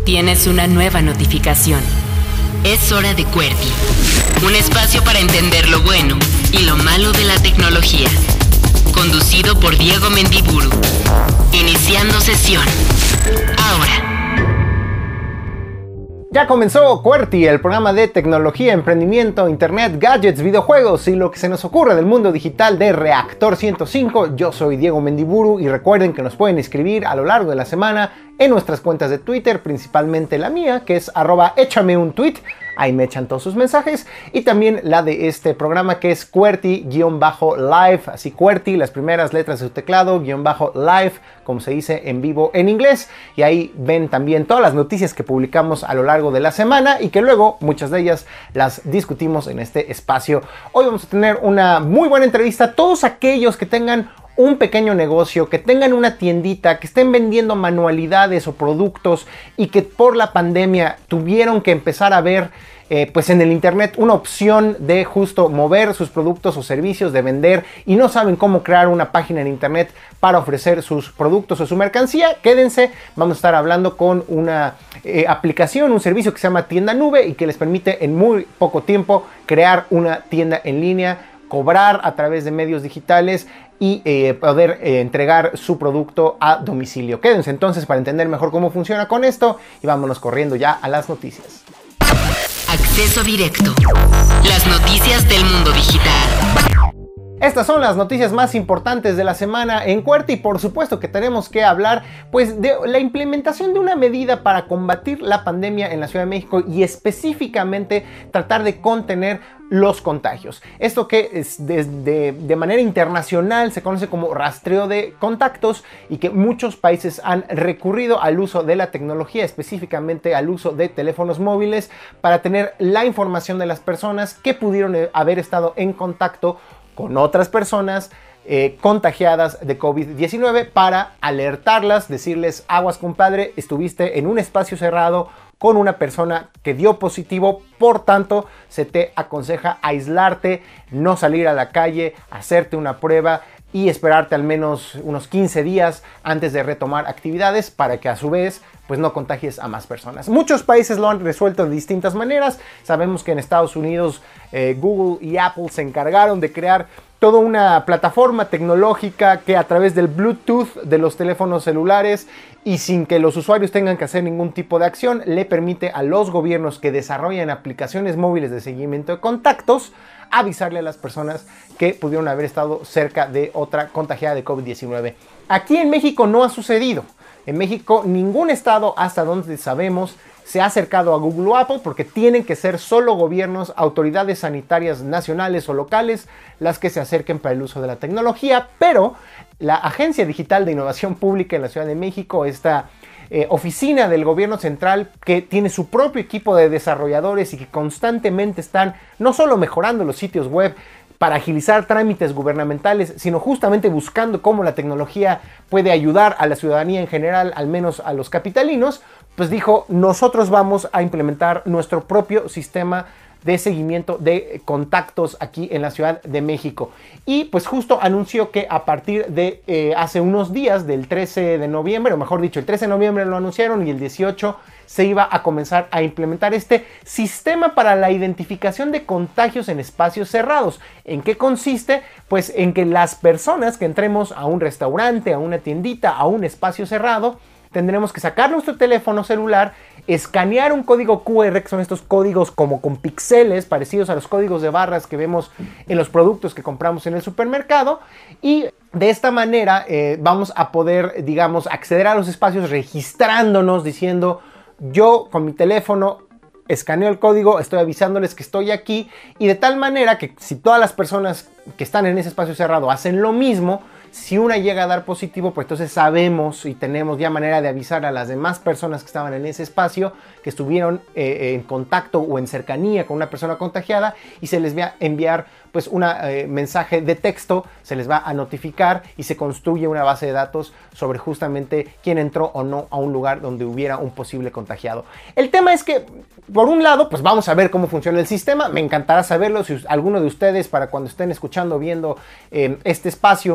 Tienes una nueva notificación. Es hora de QWERTY, un espacio para entender lo bueno y lo malo de la tecnología. Conducido por Diego Mendiburu. Iniciando sesión. Ahora. Ya comenzó QWERTY, el programa de tecnología, emprendimiento, internet, gadgets, videojuegos y lo que se nos ocurre del mundo digital de Reactor 105. Yo soy Diego Mendiburu y recuerden que nos pueden escribir a lo largo de la semana en nuestras cuentas de Twitter, principalmente la mía, que es @échame-un-tweet. Ahí me echan todos sus mensajes. Y también la de este programa, que es QWERTY-live. Así QWERTY, las primeras letras de su teclado, _live, como se dice en vivo en inglés. Y ahí ven también todas las noticias que publicamos a lo largo de la semana y que luego muchas de ellas las discutimos en este espacio. Hoy vamos a tener una muy buena entrevista. Todos aquellos que tengan un pequeño negocio, que tengan una tiendita, que estén vendiendo manualidades o productos y que por la pandemia tuvieron que empezar a ver pues en el internet una opción de justo mover sus productos o servicios, de vender y no saben cómo crear una página en internet para ofrecer sus productos o su mercancía, quédense. Vamos a estar hablando con una aplicación, un servicio que se llama Tienda Nube y que les permite en muy poco tiempo crear una tienda en línea, cobrar a través de medios digitales y poder entregar su producto a domicilio. Quédense entonces para entender mejor cómo funciona con esto y vámonos corriendo ya a las noticias. Acceso directo. Las noticias del mundo digital. Estas son las noticias más importantes de la semana en QWERTY y por supuesto que tenemos que hablar pues de la implementación de una medida para combatir la pandemia en la Ciudad de México y específicamente tratar de contener los contagios. Esto que es de manera internacional se conoce como rastreo de contactos y que muchos países han recurrido al uso de la tecnología, específicamente al uso de teléfonos móviles para tener la información de las personas que pudieron haber estado en contacto con otras personas contagiadas de COVID-19 para alertarlas, decirles: aguas compadre, estuviste en un espacio cerrado con una persona que dio positivo, por tanto se te aconseja aislarte, no salir a la calle, hacerte una prueba y esperarte al menos unos 15 días antes de retomar actividades para que a su vez pues no contagies a más personas. Muchos países lo han resuelto de distintas maneras. Sabemos que en Estados Unidos Google y Apple se encargaron de crear toda una plataforma tecnológica que a través del Bluetooth de los teléfonos celulares y sin que los usuarios tengan que hacer ningún tipo de acción, le permite a los gobiernos que desarrollan aplicaciones móviles de seguimiento de contactos avisarle a las personas que pudieron haber estado cerca de otra contagiada de COVID-19. Aquí en México no ha sucedido. En México ningún estado, hasta donde sabemos, se ha acercado a Google o Apple porque tienen que ser solo gobiernos, autoridades sanitarias nacionales o locales las que se acerquen para el uso de la tecnología, pero la Agencia Digital de Innovación Pública en la Ciudad de México, esta oficina del gobierno central que tiene su propio equipo de desarrolladores y que constantemente están no solo mejorando los sitios web para agilizar trámites gubernamentales, sino justamente buscando cómo la tecnología puede ayudar a la ciudadanía en general, al menos a los capitalinos, pues dijo: nosotros vamos a implementar nuestro propio sistema de seguimiento de contactos aquí en la Ciudad de México. Y pues justo anunció que a partir de hace unos días, del 13 de noviembre, o mejor dicho, el 13 de noviembre lo anunciaron y el 18 se iba a comenzar a implementar este sistema para la identificación de contagios en espacios cerrados. ¿En qué consiste? Pues en que las personas que entremos a un restaurante, a una tiendita, a un espacio cerrado, tendremos que sacar nuestro teléfono celular, escanear un código QR, que son estos códigos como con píxeles parecidos a los códigos de barras que vemos en los productos que compramos en el supermercado, y de esta manera vamos a poder, digamos, acceder a los espacios registrándonos, diciendo: yo con mi teléfono escaneo el código, estoy avisándoles que estoy aquí, y de tal manera que si todas las personas que están en ese espacio cerrado hacen lo mismo, si una llega a dar positivo, pues entonces sabemos y tenemos ya manera de avisar a las demás personas que estaban en ese espacio, que estuvieron en contacto o en cercanía con una persona contagiada, y se les va a enviar pues un mensaje de texto, se les va a notificar y se construye una base de datos sobre justamente quién entró o no a un lugar donde hubiera un posible contagiado. El tema es que, por un lado, pues vamos a ver cómo funciona el sistema. Me encantará saberlo si alguno de ustedes, para cuando estén escuchando o viendo este espacio en QWERTY,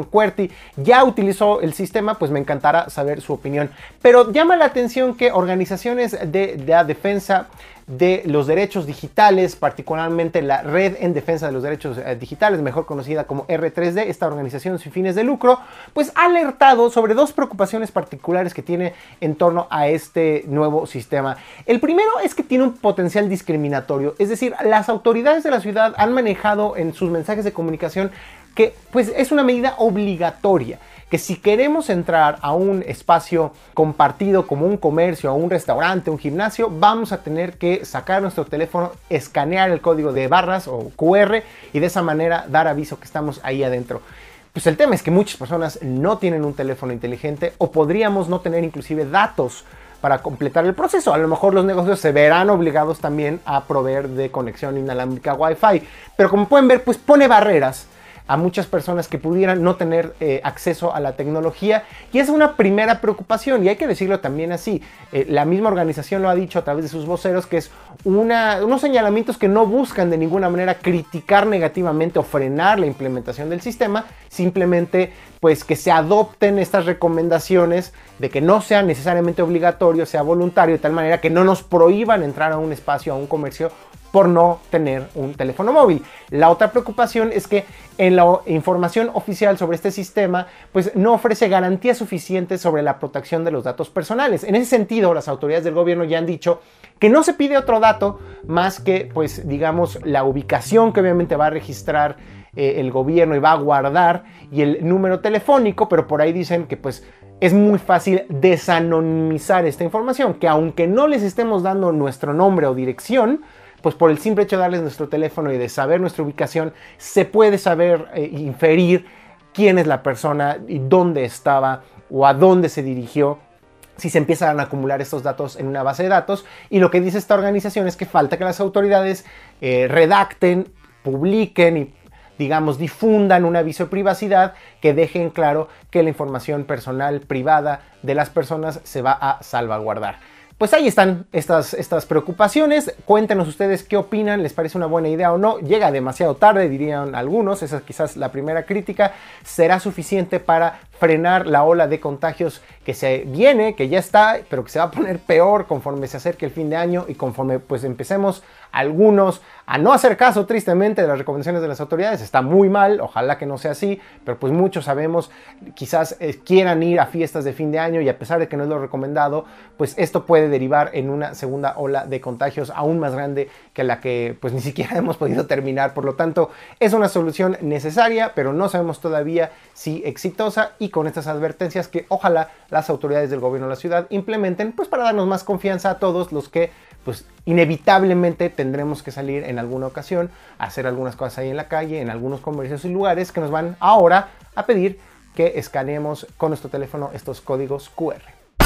Huawei ya utilizó el sistema, pues me encantará saber su opinión. Pero llama la atención que organizaciones de la defensa de los derechos digitales, particularmente la Red en Defensa de los Derechos Digitales, mejor conocida como R3D, esta organización sin fines de lucro, pues ha alertado sobre dos preocupaciones particulares que tiene en torno a este nuevo sistema. El primero es que tiene un potencial discriminatorio, es decir, las autoridades de la ciudad han manejado en sus mensajes de comunicación que pues es una medida obligatoria, que si queremos entrar a un espacio compartido como un comercio, a un restaurante, un gimnasio, vamos a tener que sacar nuestro teléfono, escanear el código de barras o QR y de esa manera dar aviso que estamos ahí adentro. Pues el tema es que muchas personas no tienen un teléfono inteligente o podríamos no tener inclusive datos para completar el proceso. A lo mejor los negocios se verán obligados también a proveer de conexión inalámbrica Wi-Fi, pero como pueden ver, pues pone barreras a muchas personas que pudieran no tener acceso a la tecnología, y es una primera preocupación, y hay que decirlo también así. La misma organización lo ha dicho a través de sus voceros, que es unos señalamientos que no buscan de ninguna manera criticar negativamente o frenar la implementación del sistema, simplemente pues que se adopten estas recomendaciones de que no sea necesariamente obligatorio, sea voluntario, de tal manera que no nos prohíban entrar a un espacio, a un comercio, por no tener un teléfono móvil. La otra preocupación es que en la información oficial sobre este sistema, pues no ofrece garantías suficientes sobre la protección de los datos personales. En ese sentido, las autoridades del gobierno ya han dicho que no se pide otro dato más que, pues, digamos, la ubicación que obviamente va a registrar el gobierno y va a guardar, y el número telefónico, pero por ahí dicen que pues es muy fácil desanonimizar esta información, que aunque no les estemos dando nuestro nombre o dirección, pues por el simple hecho de darles nuestro teléfono y de saber nuestra ubicación, se puede saber inferir quién es la persona y dónde estaba o a dónde se dirigió, si se empiezan a acumular estos datos en una base de datos. Y lo que dice esta organización es que falta que las autoridades redacten, publiquen y, digamos, difundan un aviso de privacidad que deje en claro que la información personal privada de las personas se va a salvaguardar. Pues ahí están estas preocupaciones. Cuéntenos ustedes qué opinan, les parece una buena idea o no. Llega demasiado tarde, dirían algunos, esa es quizás la primera crítica. ¿Será suficiente para frenar la ola de contagios que se viene, que ya está, pero que se va a poner peor conforme se acerque el fin de año y conforme pues empecemos algunos a no hacer caso tristemente de las recomendaciones de las autoridades? Está muy mal, ojalá que no sea así, pero pues muchos sabemos, quizás quieran ir a fiestas de fin de año y a pesar de que no es lo recomendado, pues esto puede derivar en una segunda ola de contagios aún más grande que la que pues ni siquiera hemos podido terminar. Por lo tanto, es una solución necesaria, pero no sabemos todavía si exitosa, y con estas advertencias que ojalá las autoridades del gobierno de la ciudad implementen, pues para darnos más confianza a todos los que pues inevitablemente tendremos que salir en alguna ocasión a hacer algunas cosas ahí en la calle, en algunos comercios y lugares que nos van ahora a pedir que escaneemos con nuestro teléfono estos códigos QR.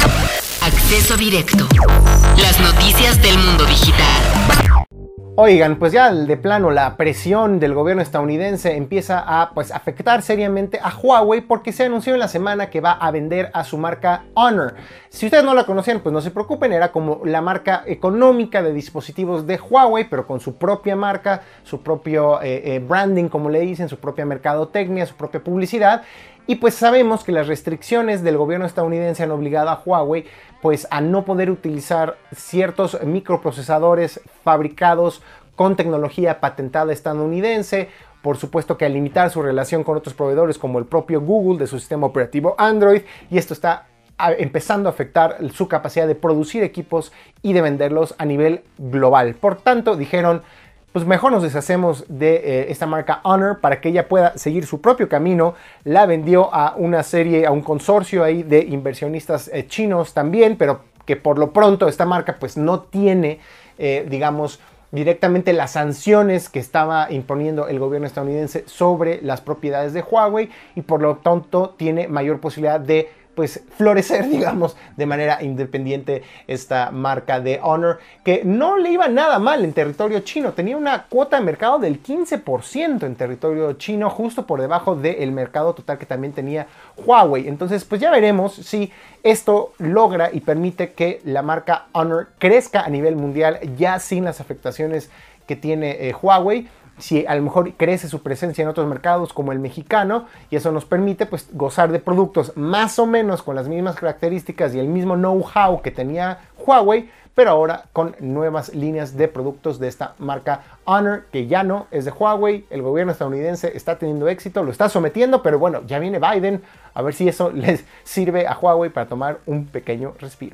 Acceso directo. Las noticias del mundo digital. Oigan, pues ya de plano la presión del gobierno estadounidense empieza a pues afectar seriamente a Huawei, porque se anunció en la semana que va a vender a su marca Honor. Si ustedes no la conocían, pues no se preocupen, era como la marca económica de dispositivos de Huawei, pero con su propia marca, su propio branding, como le dicen, su propia mercadotecnia, su propia publicidad. Y pues sabemos que las restricciones del gobierno estadounidense han obligado a Huawei pues a no poder utilizar ciertos microprocesadores fabricados con tecnología patentada estadounidense. Por supuesto que a limitar su relación con otros proveedores como el propio Google de su sistema operativo Android, y esto está empezando a afectar su capacidad de producir equipos y de venderlos a nivel global. Por tanto, dijeron, pues mejor nos deshacemos de esta marca Honor para que ella pueda seguir su propio camino. La vendió a un consorcio ahí de inversionistas chinos también, pero que por lo pronto esta marca pues no tiene, digamos, directamente las sanciones que estaba imponiendo el gobierno estadounidense sobre las propiedades de Huawei, y por lo tanto tiene mayor posibilidad de pues florecer, digamos, de manera independiente esta marca de Honor, que no le iba nada mal en territorio chino. Tenía una cuota de mercado del 15% en territorio chino, justo por debajo del mercado total que también tenía Huawei. Entonces, pues ya veremos si esto logra y permite que la marca Honor crezca a nivel mundial ya sin las afectaciones que tiene Huawei. si a lo mejor crece su presencia en otros mercados como el mexicano, y eso nos permite pues gozar de productos más o menos con las mismas características y el mismo know-how que tenía Huawei, pero ahora con nuevas líneas de productos de esta marca Honor, que ya no es de Huawei. El gobierno estadounidense está teniendo éxito, lo está sometiendo, pero bueno, ya viene Biden, a ver si eso les sirve a Huawei para tomar un pequeño respiro.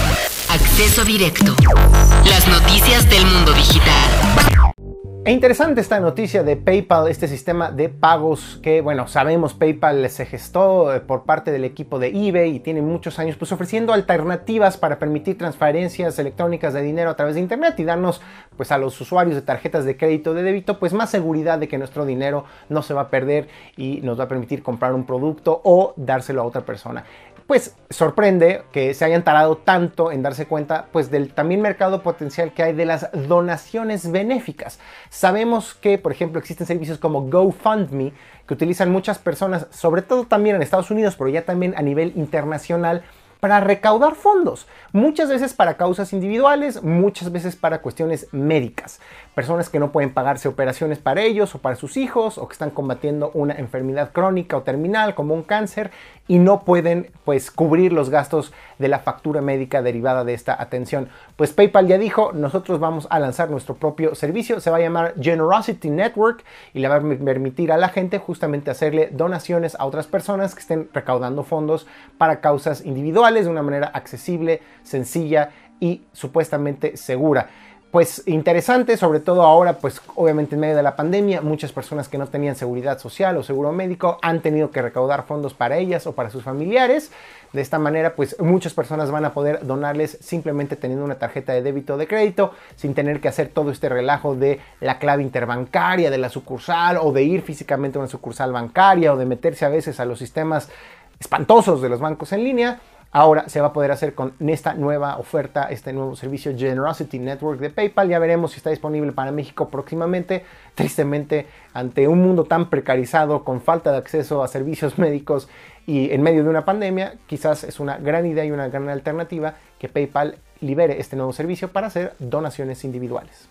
Acceso directo. Las noticias del mundo digital. E interesante esta noticia de PayPal, este sistema de pagos que, bueno, sabemos PayPal se gestó por parte del equipo de eBay y tiene muchos años pues ofreciendo alternativas para permitir transferencias electrónicas de dinero a través de internet y darnos pues a los usuarios de tarjetas de crédito o de débito pues más seguridad de que nuestro dinero no se va a perder y nos va a permitir comprar un producto o dárselo a otra persona. Pues sorprende que se hayan tardado tanto en darse cuenta pues del también mercado potencial que hay de las donaciones benéficas. Sabemos que, por ejemplo, existen servicios como GoFundMe que utilizan muchas personas, sobre todo también en Estados Unidos, pero ya también a nivel internacional, para recaudar fondos, muchas veces para causas individuales, muchas veces para cuestiones médicas. Personas que no pueden pagarse operaciones para ellos o para sus hijos, o que están combatiendo una enfermedad crónica o terminal como un cáncer y no pueden pues cubrir los gastos de la factura médica derivada de esta atención. Pues PayPal ya dijo, nosotros vamos a lanzar nuestro propio servicio, se va a llamar Generosity Network y le va a permitir a la gente justamente hacerle donaciones a otras personas que estén recaudando fondos para causas individuales de una manera accesible, sencilla y supuestamente segura. Pues interesante, sobre todo ahora, pues obviamente en medio de la pandemia, muchas personas que no tenían seguridad social o seguro médico han tenido que recaudar fondos para ellas o para sus familiares. De esta manera, pues muchas personas van a poder donarles simplemente teniendo una tarjeta de débito o de crédito, sin tener que hacer todo este relajo de la clave interbancaria de la sucursal o de ir físicamente a una sucursal bancaria o de meterse a veces a los sistemas espantosos de los bancos en línea. Ahora se va a poder hacer con esta nueva oferta, este nuevo servicio Generosity Network de PayPal. Ya veremos si está disponible para México próximamente. Tristemente, ante un mundo tan precarizado, con falta de acceso a servicios médicos y en medio de una pandemia, quizás es una gran idea y una gran alternativa que PayPal libere este nuevo servicio para hacer donaciones individuales.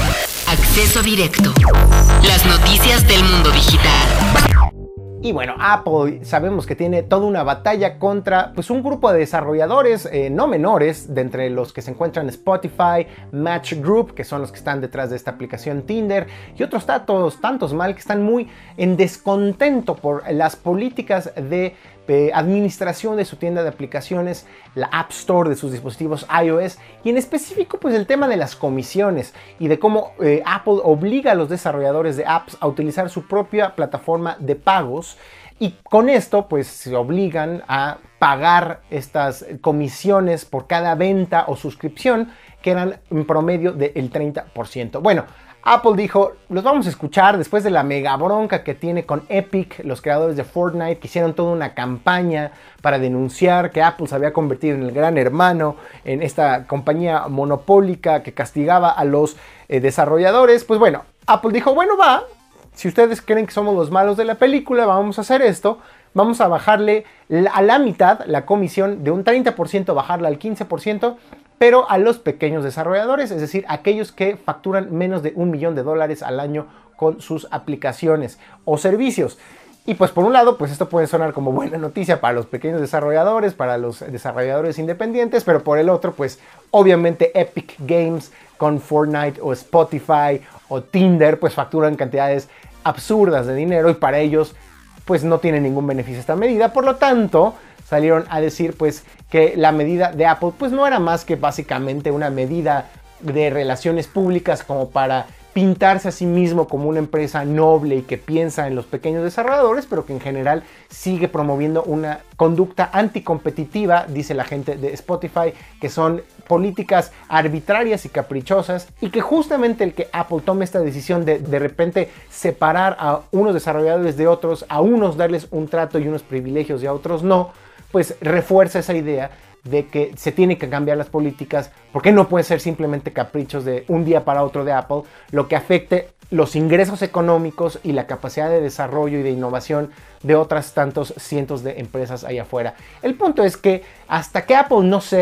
Acceso directo. Las noticias del mundo digital. Y bueno, Apple sabemos que tiene toda una batalla contra pues un grupo de desarrolladores no menores, de entre los que se encuentran Spotify, Match Group, que son los que están detrás de esta aplicación Tinder, y otros tantos mal que están muy en descontento por las políticas de administración de su tienda de aplicaciones, la App Store de sus dispositivos iOS, y en específico pues el tema de las comisiones y de cómo Apple obliga a los desarrolladores de apps a utilizar su propia plataforma de pagos, y con esto pues se obligan a pagar estas comisiones por cada venta o suscripción, que eran en promedio del 30%. Bueno, Apple dijo, los vamos a escuchar después de la mega bronca que tiene con Epic, los creadores de Fortnite, que hicieron toda una campaña para denunciar que Apple se había convertido en el gran hermano, en esta compañía monopólica que castigaba a los desarrolladores. Pues bueno, Apple dijo, bueno va, si ustedes creen que somos los malos de la película, vamos a hacer esto. Vamos a bajarle a la mitad la comisión, de un 30% bajarla al 15%, pero a los pequeños desarrolladores, es decir, aquellos que facturan menos de $1 millón al año con sus aplicaciones o servicios. Y pues por un lado, pues esto puede sonar como buena noticia para los pequeños desarrolladores, para los desarrolladores independientes, pero por el otro, pues obviamente Epic Games con Fortnite o Spotify o Tinder, pues facturan cantidades absurdas de dinero y para ellos pues no tiene ningún beneficio esta medida. Por lo tanto, salieron a decir pues que la medida de Apple pues no era más que básicamente una medida de relaciones públicas como para pintarse a sí mismo como una empresa noble y que piensa en los pequeños desarrolladores, pero que en general sigue promoviendo una conducta anticompetitiva, dice la gente de Spotify, que son políticas arbitrarias y caprichosas, y que justamente el que Apple tome esta decisión de repente separar a unos desarrolladores de otros, a unos darles un trato y unos privilegios y a otros no, pues refuerza esa idea de que se tiene que cambiar las políticas, porque no puede ser simplemente caprichos de un día para otro de Apple, lo que afecte los ingresos económicos y la capacidad de desarrollo y de innovación de otras tantos cientos de empresas allá afuera. El punto es que hasta que Apple no ceda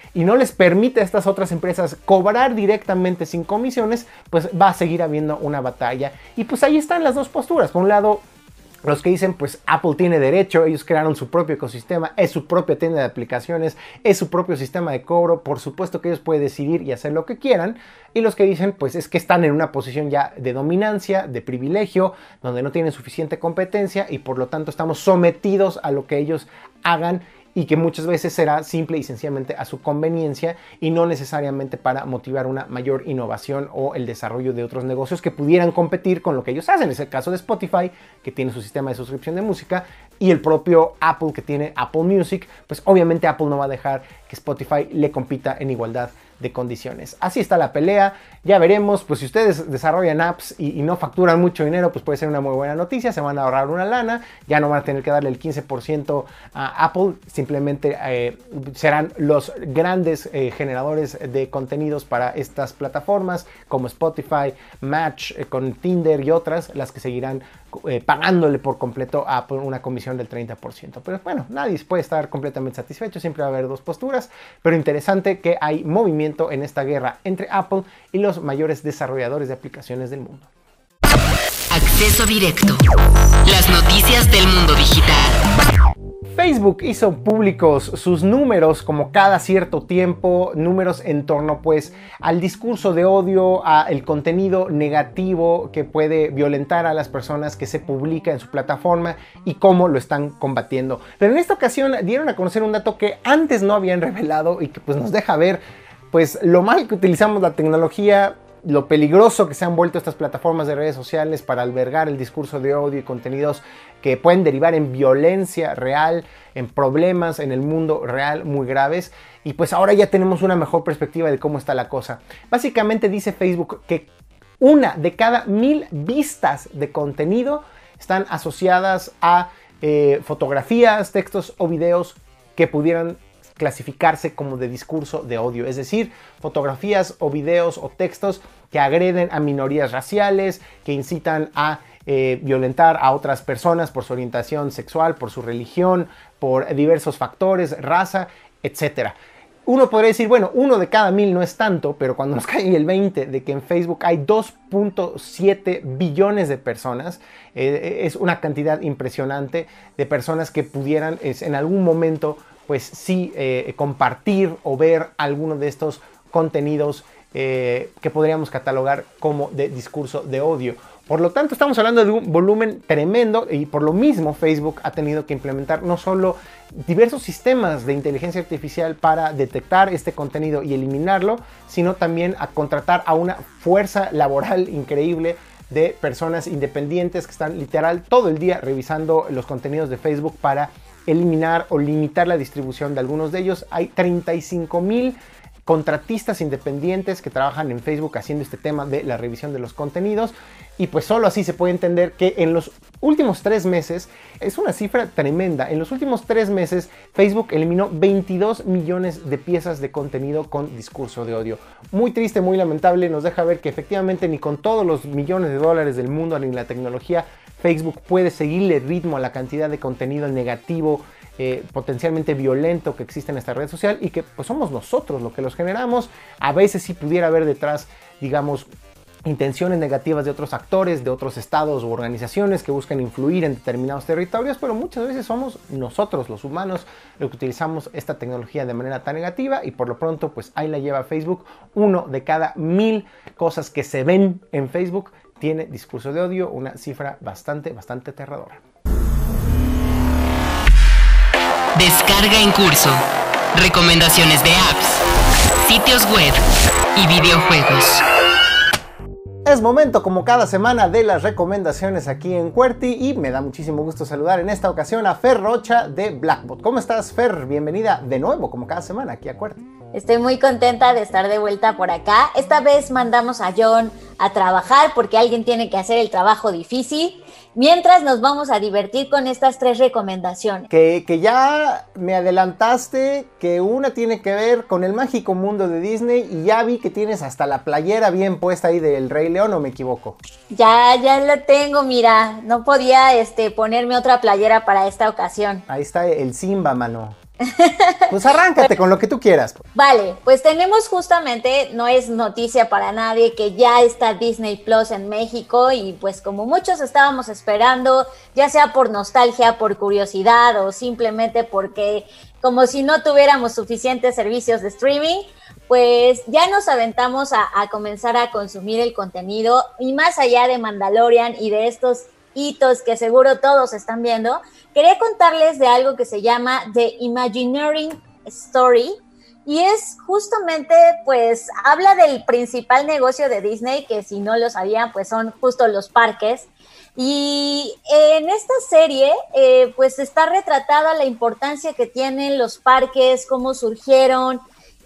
y no les permite a estas otras empresas cobrar directamente sin comisiones, pues va a seguir habiendo una batalla. Y pues ahí están las dos posturas. Por un lado, los que dicen, pues Apple tiene derecho, ellos crearon su propio ecosistema, es su propia tienda de aplicaciones, es su propio sistema de cobro, por supuesto que ellos pueden decidir y hacer lo que quieran. Y los que dicen, pues es que están en una posición ya de dominancia, de privilegio, donde no tienen suficiente competencia y por lo tanto estamos sometidos a lo que ellos hagan, y que muchas veces será simple y sencillamente a su conveniencia y no necesariamente para motivar una mayor innovación o el desarrollo de otros negocios que pudieran competir con lo que ellos hacen. Es el caso de Spotify, que tiene su sistema de suscripción de música, y el propio Apple, que tiene Apple Music. Pues obviamente Apple no va a dejar que Spotify le compita en igualdad de condiciones. Así está la pelea, ya veremos. Pues si ustedes desarrollan apps y no facturan mucho dinero, pues puede ser una muy buena noticia, se van a ahorrar una lana, ya no van a tener que darle el 15% a Apple, simplemente serán los grandes generadores de contenidos para estas plataformas como Spotify, Match, con Tinder y otras, las que seguirán pagándole por completo a Apple una comisión del 30%. Pero bueno, nadie puede estar completamente satisfecho, siempre va a haber dos posturas, pero interesante que hay movimiento en esta guerra entre Apple y los mayores desarrolladores de aplicaciones del mundo. Acceso directo. Las noticias del mundo digital. Facebook hizo públicos sus números como cada cierto tiempo, números en torno pues al discurso de odio, al contenido negativo que puede violentar a las personas que se publica en su plataforma y cómo lo están combatiendo. Pero en esta ocasión dieron a conocer un dato que antes no habían revelado y que pues nos deja ver pues lo mal que utilizamos la tecnología, lo peligroso que se han vuelto estas plataformas de redes sociales para albergar el discurso de odio y contenidos que pueden derivar en violencia real, en problemas en el mundo real muy graves. Y pues ahora ya tenemos una mejor perspectiva de cómo está la cosa. Básicamente dice Facebook que 1 de cada 1000 vistas de contenido están asociadas a fotografías, textos o videos que pudieran clasificarse como de discurso de odio, es decir, fotografías o videos o textos que agreden a minorías raciales, que incitan a violentar a otras personas por su orientación sexual, por su religión, por diversos factores, raza, etc. Uno podría decir, bueno, 1 de cada 1000 no es tanto, pero cuando nos cae el 20 de que en Facebook hay 2.7 billones de personas, es una cantidad impresionante de personas que pudieran en algún momento pues sí compartir o ver alguno de estos contenidos que podríamos catalogar como de discurso de odio. Por lo tanto, estamos hablando de un volumen tremendo y por lo mismo Facebook ha tenido que implementar no solo diversos sistemas de inteligencia artificial para detectar este contenido y eliminarlo, sino también a contratar a una fuerza laboral increíble de personas independientes que están literal todo el día revisando los contenidos de Facebook para eliminar o limitar la distribución de algunos de ellos. Hay 35,000 contratistas independientes que trabajan en Facebook haciendo este tema de la revisión de los contenidos, y pues solo así se puede entender que en los últimos 3 meses, es una cifra tremenda, en los últimos 3 meses Facebook eliminó 22 millones de piezas de contenido con discurso de odio. Muy triste, muy lamentable, nos deja ver que efectivamente ni con todos los millones de dólares del mundo ni la tecnología, Facebook puede seguirle ritmo a la cantidad de contenido negativo, potencialmente violento que existe en esta red social, y que pues somos nosotros los que los generamos. A veces sí pudiera haber detrás, digamos, intenciones negativas de otros actores, de otros estados u organizaciones que buscan influir en determinados territorios, pero muchas veces somos nosotros los humanos los que utilizamos esta tecnología de manera tan negativa, y por lo pronto pues ahí la lleva Facebook. 1 de cada 1000 cosas que se ven en Facebook tiene discurso de odio, una cifra bastante aterradora. Descarga en curso. Recomendaciones de apps, sitios web y videojuegos. Es momento, como cada semana, de las recomendaciones aquí en QWERTY, y me da muchísimo gusto saludar en esta ocasión a Fer Rocha de Blackbot. ¿Cómo estás, Fer? Bienvenida de nuevo, como cada semana, aquí a QWERTY. Estoy muy contenta de estar de vuelta por acá. Esta vez mandamos a John a trabajar porque alguien tiene que hacer el trabajo difícil, mientras nos vamos a divertir con estas 3 recomendaciones. Que ya me adelantaste que una tiene que ver con el mágico mundo de Disney, y ya vi que tienes hasta la playera bien puesta ahí del Rey León, ¿o me equivoco? Ya la tengo, mira, no podía ponerme otra playera para esta ocasión. Ahí está el Simba, mano. Pues arráncate con lo que tú quieras. Vale, pues tenemos justamente, no es noticia para nadie, que ya está Disney Plus en México y pues como muchos estábamos esperando, ya sea por nostalgia, por curiosidad o simplemente porque como si no tuviéramos suficientes servicios de streaming, pues ya nos aventamos a comenzar a consumir el contenido y más allá de Mandalorian y de estos hitos que seguro todos están viendo, quería contarles de algo que se llama The Imagineering Story y es justamente, pues, habla del principal negocio de Disney, que si no lo sabían, pues son justo los parques. Y en esta serie, pues está retratada la importancia que tienen los parques, cómo surgieron,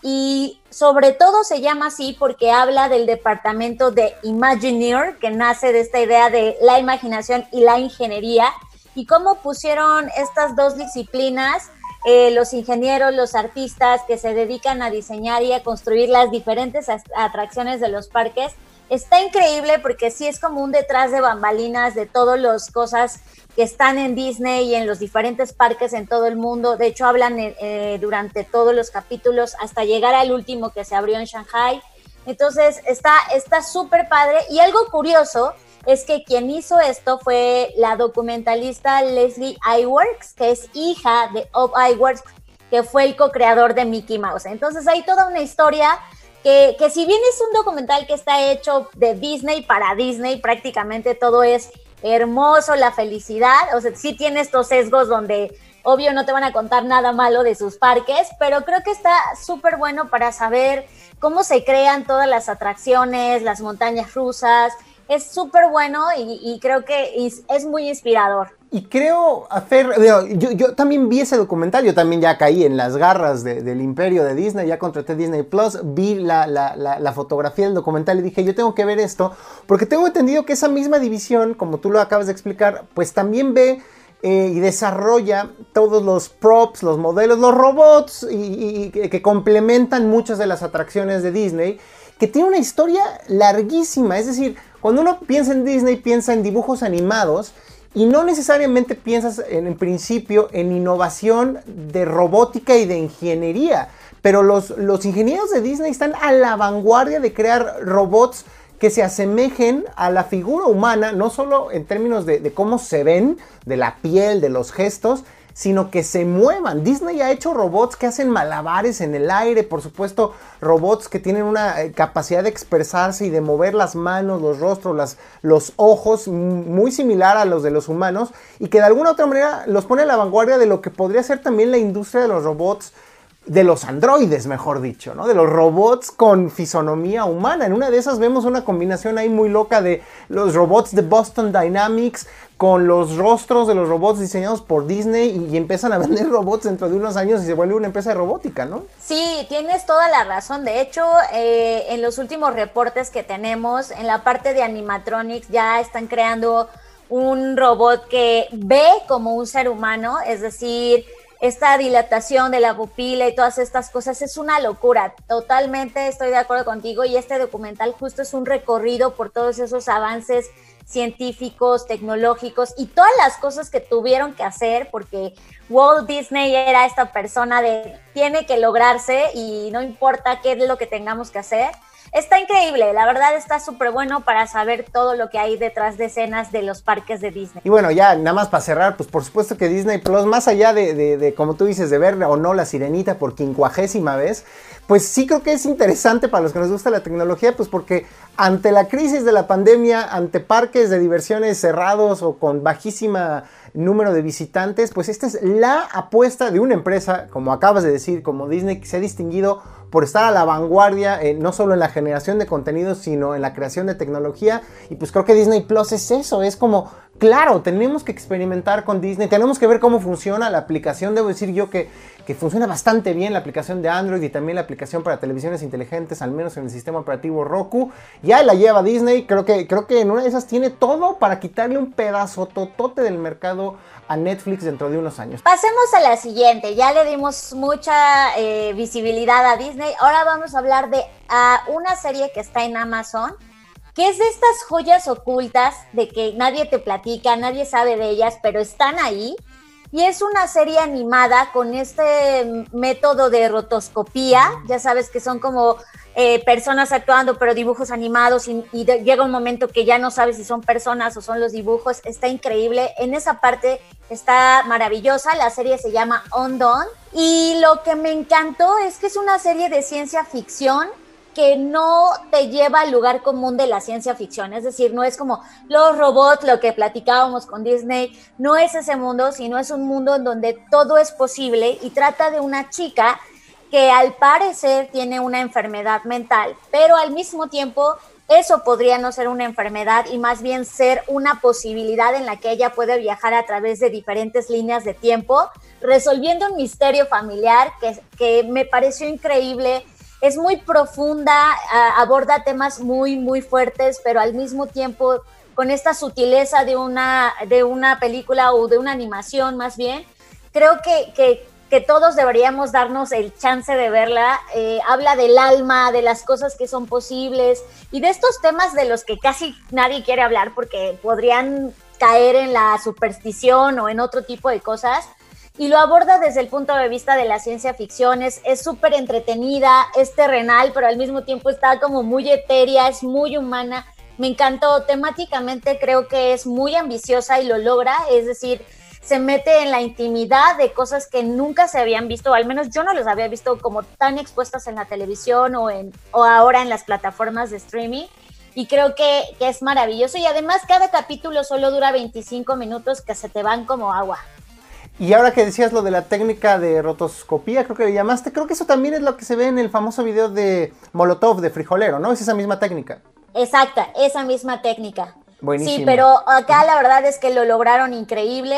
y sobre todo se llama así porque habla del departamento de Imagineer, que nace de esta idea de la imaginación y la ingeniería, y cómo pusieron estas dos disciplinas, los ingenieros, los artistas que se dedican a diseñar y a construir las diferentes atracciones de los parques. Está increíble porque sí es como un detrás de bambalinas de todas las cosas que están en Disney y en los diferentes parques en todo el mundo. De hecho, hablan durante todos los capítulos hasta llegar al último que se abrió en Shanghai. Entonces, está súper padre. Y algo curioso es que quien hizo esto fue la documentalista Leslie Iwerks, que es hija de Ub Iwerks, que fue el co-creador de Mickey Mouse. Entonces, hay toda una historia que si bien es un documental que está hecho de Disney para Disney, prácticamente todo es hermoso, la felicidad, o sea, sí tiene estos sesgos donde obvio no te van a contar nada malo de sus parques, pero creo que está súper bueno para saber cómo se crean todas las atracciones, las montañas rusas. Es súper bueno y creo que es muy inspirador. Y creo, Fer, yo también vi ese documental, yo también ya caí en las garras del imperio de Disney, ya contraté Disney Plus, vi la fotografía del documental y dije, yo tengo que ver esto, porque tengo entendido que esa misma división, como tú lo acabas de explicar, pues también ve y desarrolla todos los props, los modelos, los robots y que complementan muchas de las atracciones de Disney, que tiene una historia larguísima. Es decir, cuando uno piensa en Disney, piensa en dibujos animados y no necesariamente piensas en principio en innovación de robótica y de ingeniería, pero los ingenieros de Disney están a la vanguardia de crear robots que se asemejen a la figura humana, no solo en términos de cómo se ven, de la piel, de los gestos, sino que se muevan. Disney ha hecho robots que hacen malabares en el aire, por supuesto, robots que tienen una capacidad de expresarse y de mover las manos, los rostros, los ojos, muy similar a los de los humanos, y que de alguna u otra manera los pone a la vanguardia de lo que podría ser también la industria de los robots, de los androides, mejor dicho, ¿no? De los robots con fisonomía humana. En una de esas vemos una combinación ahí muy loca de los robots de Boston Dynamics con los rostros de los robots diseñados por Disney y empiezan a vender robots dentro de unos años y se vuelve una empresa de robótica, ¿no? Sí, tienes toda la razón. De hecho, en los últimos reportes que tenemos, en la parte de animatronics ya están creando un robot que ve como un ser humano, es decir, esta dilatación de la pupila y todas estas cosas es una locura. Totalmente estoy de acuerdo contigo y este documental justo es un recorrido por todos esos avances científicos, tecnológicos y todas las cosas que tuvieron que hacer porque Walt Disney era esta persona de tiene que lograrse y no importa qué es lo que tengamos que hacer. Está increíble, la verdad está súper bueno para saber todo lo que hay detrás de escenas de los parques de Disney. Y bueno, ya nada más para cerrar, pues por supuesto que Disney Plus, más allá de como tú dices, de ver o no La Sirenita por 50ª vez, pues sí creo que es interesante para los que nos gusta la tecnología, pues porque ante la crisis de la pandemia, ante parques de diversiones cerrados o con bajísima número de visitantes, pues esta es la apuesta de una empresa, como acabas de decir, como Disney, que se ha distinguido por estar a la vanguardia, no solo en la generación de contenidos, sino en la creación de tecnología. Y pues creo que Disney Plus es eso, es como, claro, tenemos que experimentar con Disney, tenemos que ver cómo funciona la aplicación. Debo decir yo que funciona bastante bien la aplicación de Android y también la aplicación para televisiones inteligentes, al menos en el sistema operativo Roku. Ya la lleva Disney, creo que en una de esas tiene todo para quitarle un pedazo totote del mercado a Netflix dentro de unos años. Pasemos a la siguiente, ya le dimos mucha visibilidad a Disney, ahora vamos a hablar de una serie que está en Amazon, que es de estas joyas ocultas de que nadie te platica, nadie sabe de ellas, pero están ahí. y es una serie animada con este método de rotoscopía, ya sabes que son como personas actuando, pero dibujos animados, y llega un momento que ya no sabes si son personas o son los dibujos. Está increíble, en esa parte está maravillosa. La serie se llama Undone, y lo que me encantó es que es una serie de ciencia ficción que no te lleva al lugar común de la ciencia ficción, es decir, no es como los robots, lo que platicábamos con Disney, no es ese mundo, sino es un mundo en donde todo es posible, y trata de una chica que al parecer tiene una enfermedad mental, pero al mismo tiempo eso podría no ser una enfermedad y más bien ser una posibilidad en la que ella puede viajar a través de diferentes líneas de tiempo, resolviendo un misterio familiar que me pareció increíble. Es muy profunda, aborda temas muy, muy fuertes, pero al mismo tiempo con esta sutileza de una película o de una animación más bien. Creo que todos deberíamos darnos el chance de verla. Habla del alma, de las cosas que son posibles y de estos temas de los que casi nadie quiere hablar porque podrían caer en la superstición o en otro tipo de cosas. Y lo aborda desde el punto de vista de la ciencia ficción. Es súper entretenida, es terrenal, pero al mismo tiempo está como muy etérea, es muy humana. Me encantó. Temáticamente creo que es muy ambiciosa y lo logra, es decir, se mete en la intimidad de cosas que nunca se habían visto, o al menos yo no los había visto como tan expuestas en la televisión o ahora en las plataformas de streaming, y creo que es maravilloso, y además cada capítulo solo dura 25 minutos que se te van como agua. Y ahora que decías lo de la técnica de rotoscopía, creo que le llamaste, creo que eso también es lo que se ve en el famoso video de Molotov, de Frijolero, ¿no? Es esa misma técnica. Exacta, esa misma técnica. Buenísimo. Sí, pero acá la verdad es que lo lograron increíble.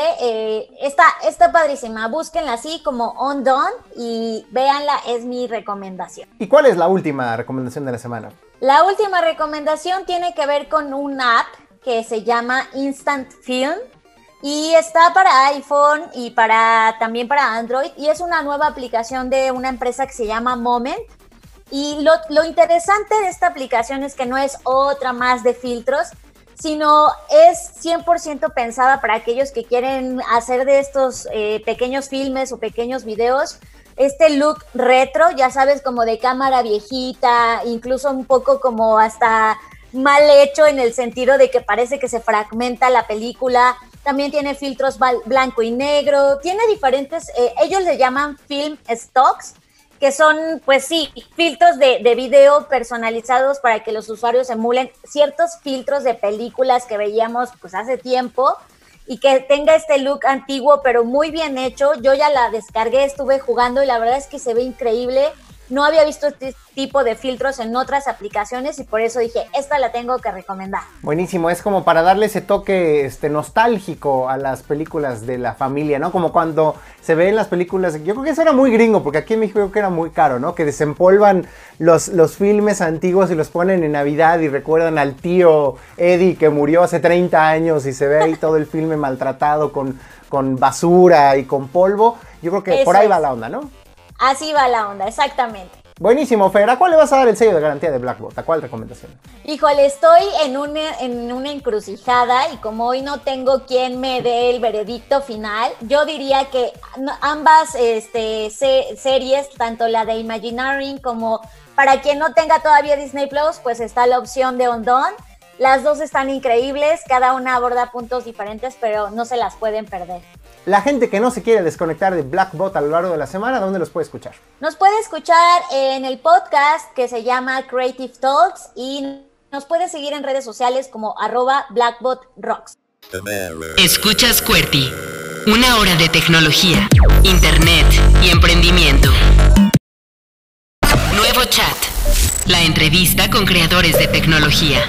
Está padrísima. Búsquenla así como Undone y véanla, es mi recomendación. ¿Y cuál es la última recomendación de la semana? La última recomendación tiene que ver con una app que se llama Instant Film y está para iPhone y también para Android, y es una nueva aplicación de una empresa que se llama Moment. Y lo interesante de esta aplicación es que no es otra más de filtros, sino es 100% pensada para aquellos que quieren hacer de estos pequeños filmes o pequeños videos este look retro, ya sabes, como de cámara viejita, incluso un poco como hasta mal hecho en el sentido de que parece que se fragmenta la película. También tiene filtros blanco y negro, tiene diferentes, ellos le llaman film stocks, que son, pues sí, filtros de video personalizados para que los usuarios emulen ciertos filtros de películas que veíamos pues hace tiempo y que tenga este look antiguo pero muy bien hecho. Yo ya la descargué, estuve jugando y la verdad es que se ve increíble. No había visto este tipo de filtros en otras aplicaciones y por eso dije, esta la tengo que recomendar. Buenísimo, es como para darle ese toque nostálgico a las películas de la familia, ¿no? Como cuando se ven las películas, yo creo que eso era muy gringo, porque aquí en México creo que era muy caro, ¿no? Que desempolvan los filmes antiguos y los ponen en Navidad y recuerdan al tío Eddie que murió hace 30 años y se ve ahí todo el filme maltratado con basura y con polvo. Yo creo que eso por ahí va la onda, ¿no? Así va la onda, exactamente. Buenísimo, Fer. ¿A cuál le vas a dar el sello de garantía de Black Bot? ¿A cuál recomendación? Híjole, estoy en una encrucijada y como hoy no tengo quien me dé el veredicto final, yo diría que ambas series, tanto la de Imagineering como para quien no tenga todavía Disney Plus, pues está la opción de Undone. Las dos están increíbles, cada una aborda puntos diferentes, pero no se las pueden perder. La gente que no se quiere desconectar de Black Bot a lo largo de la semana, ¿dónde los puede escuchar? Nos puede escuchar en el podcast que se llama Creative Talks y nos puede seguir en redes sociales como @BlackBotRocks. Escuchas QWERTY, una hora de tecnología, internet y emprendimiento. Nuevo chat, la entrevista con creadores de tecnología.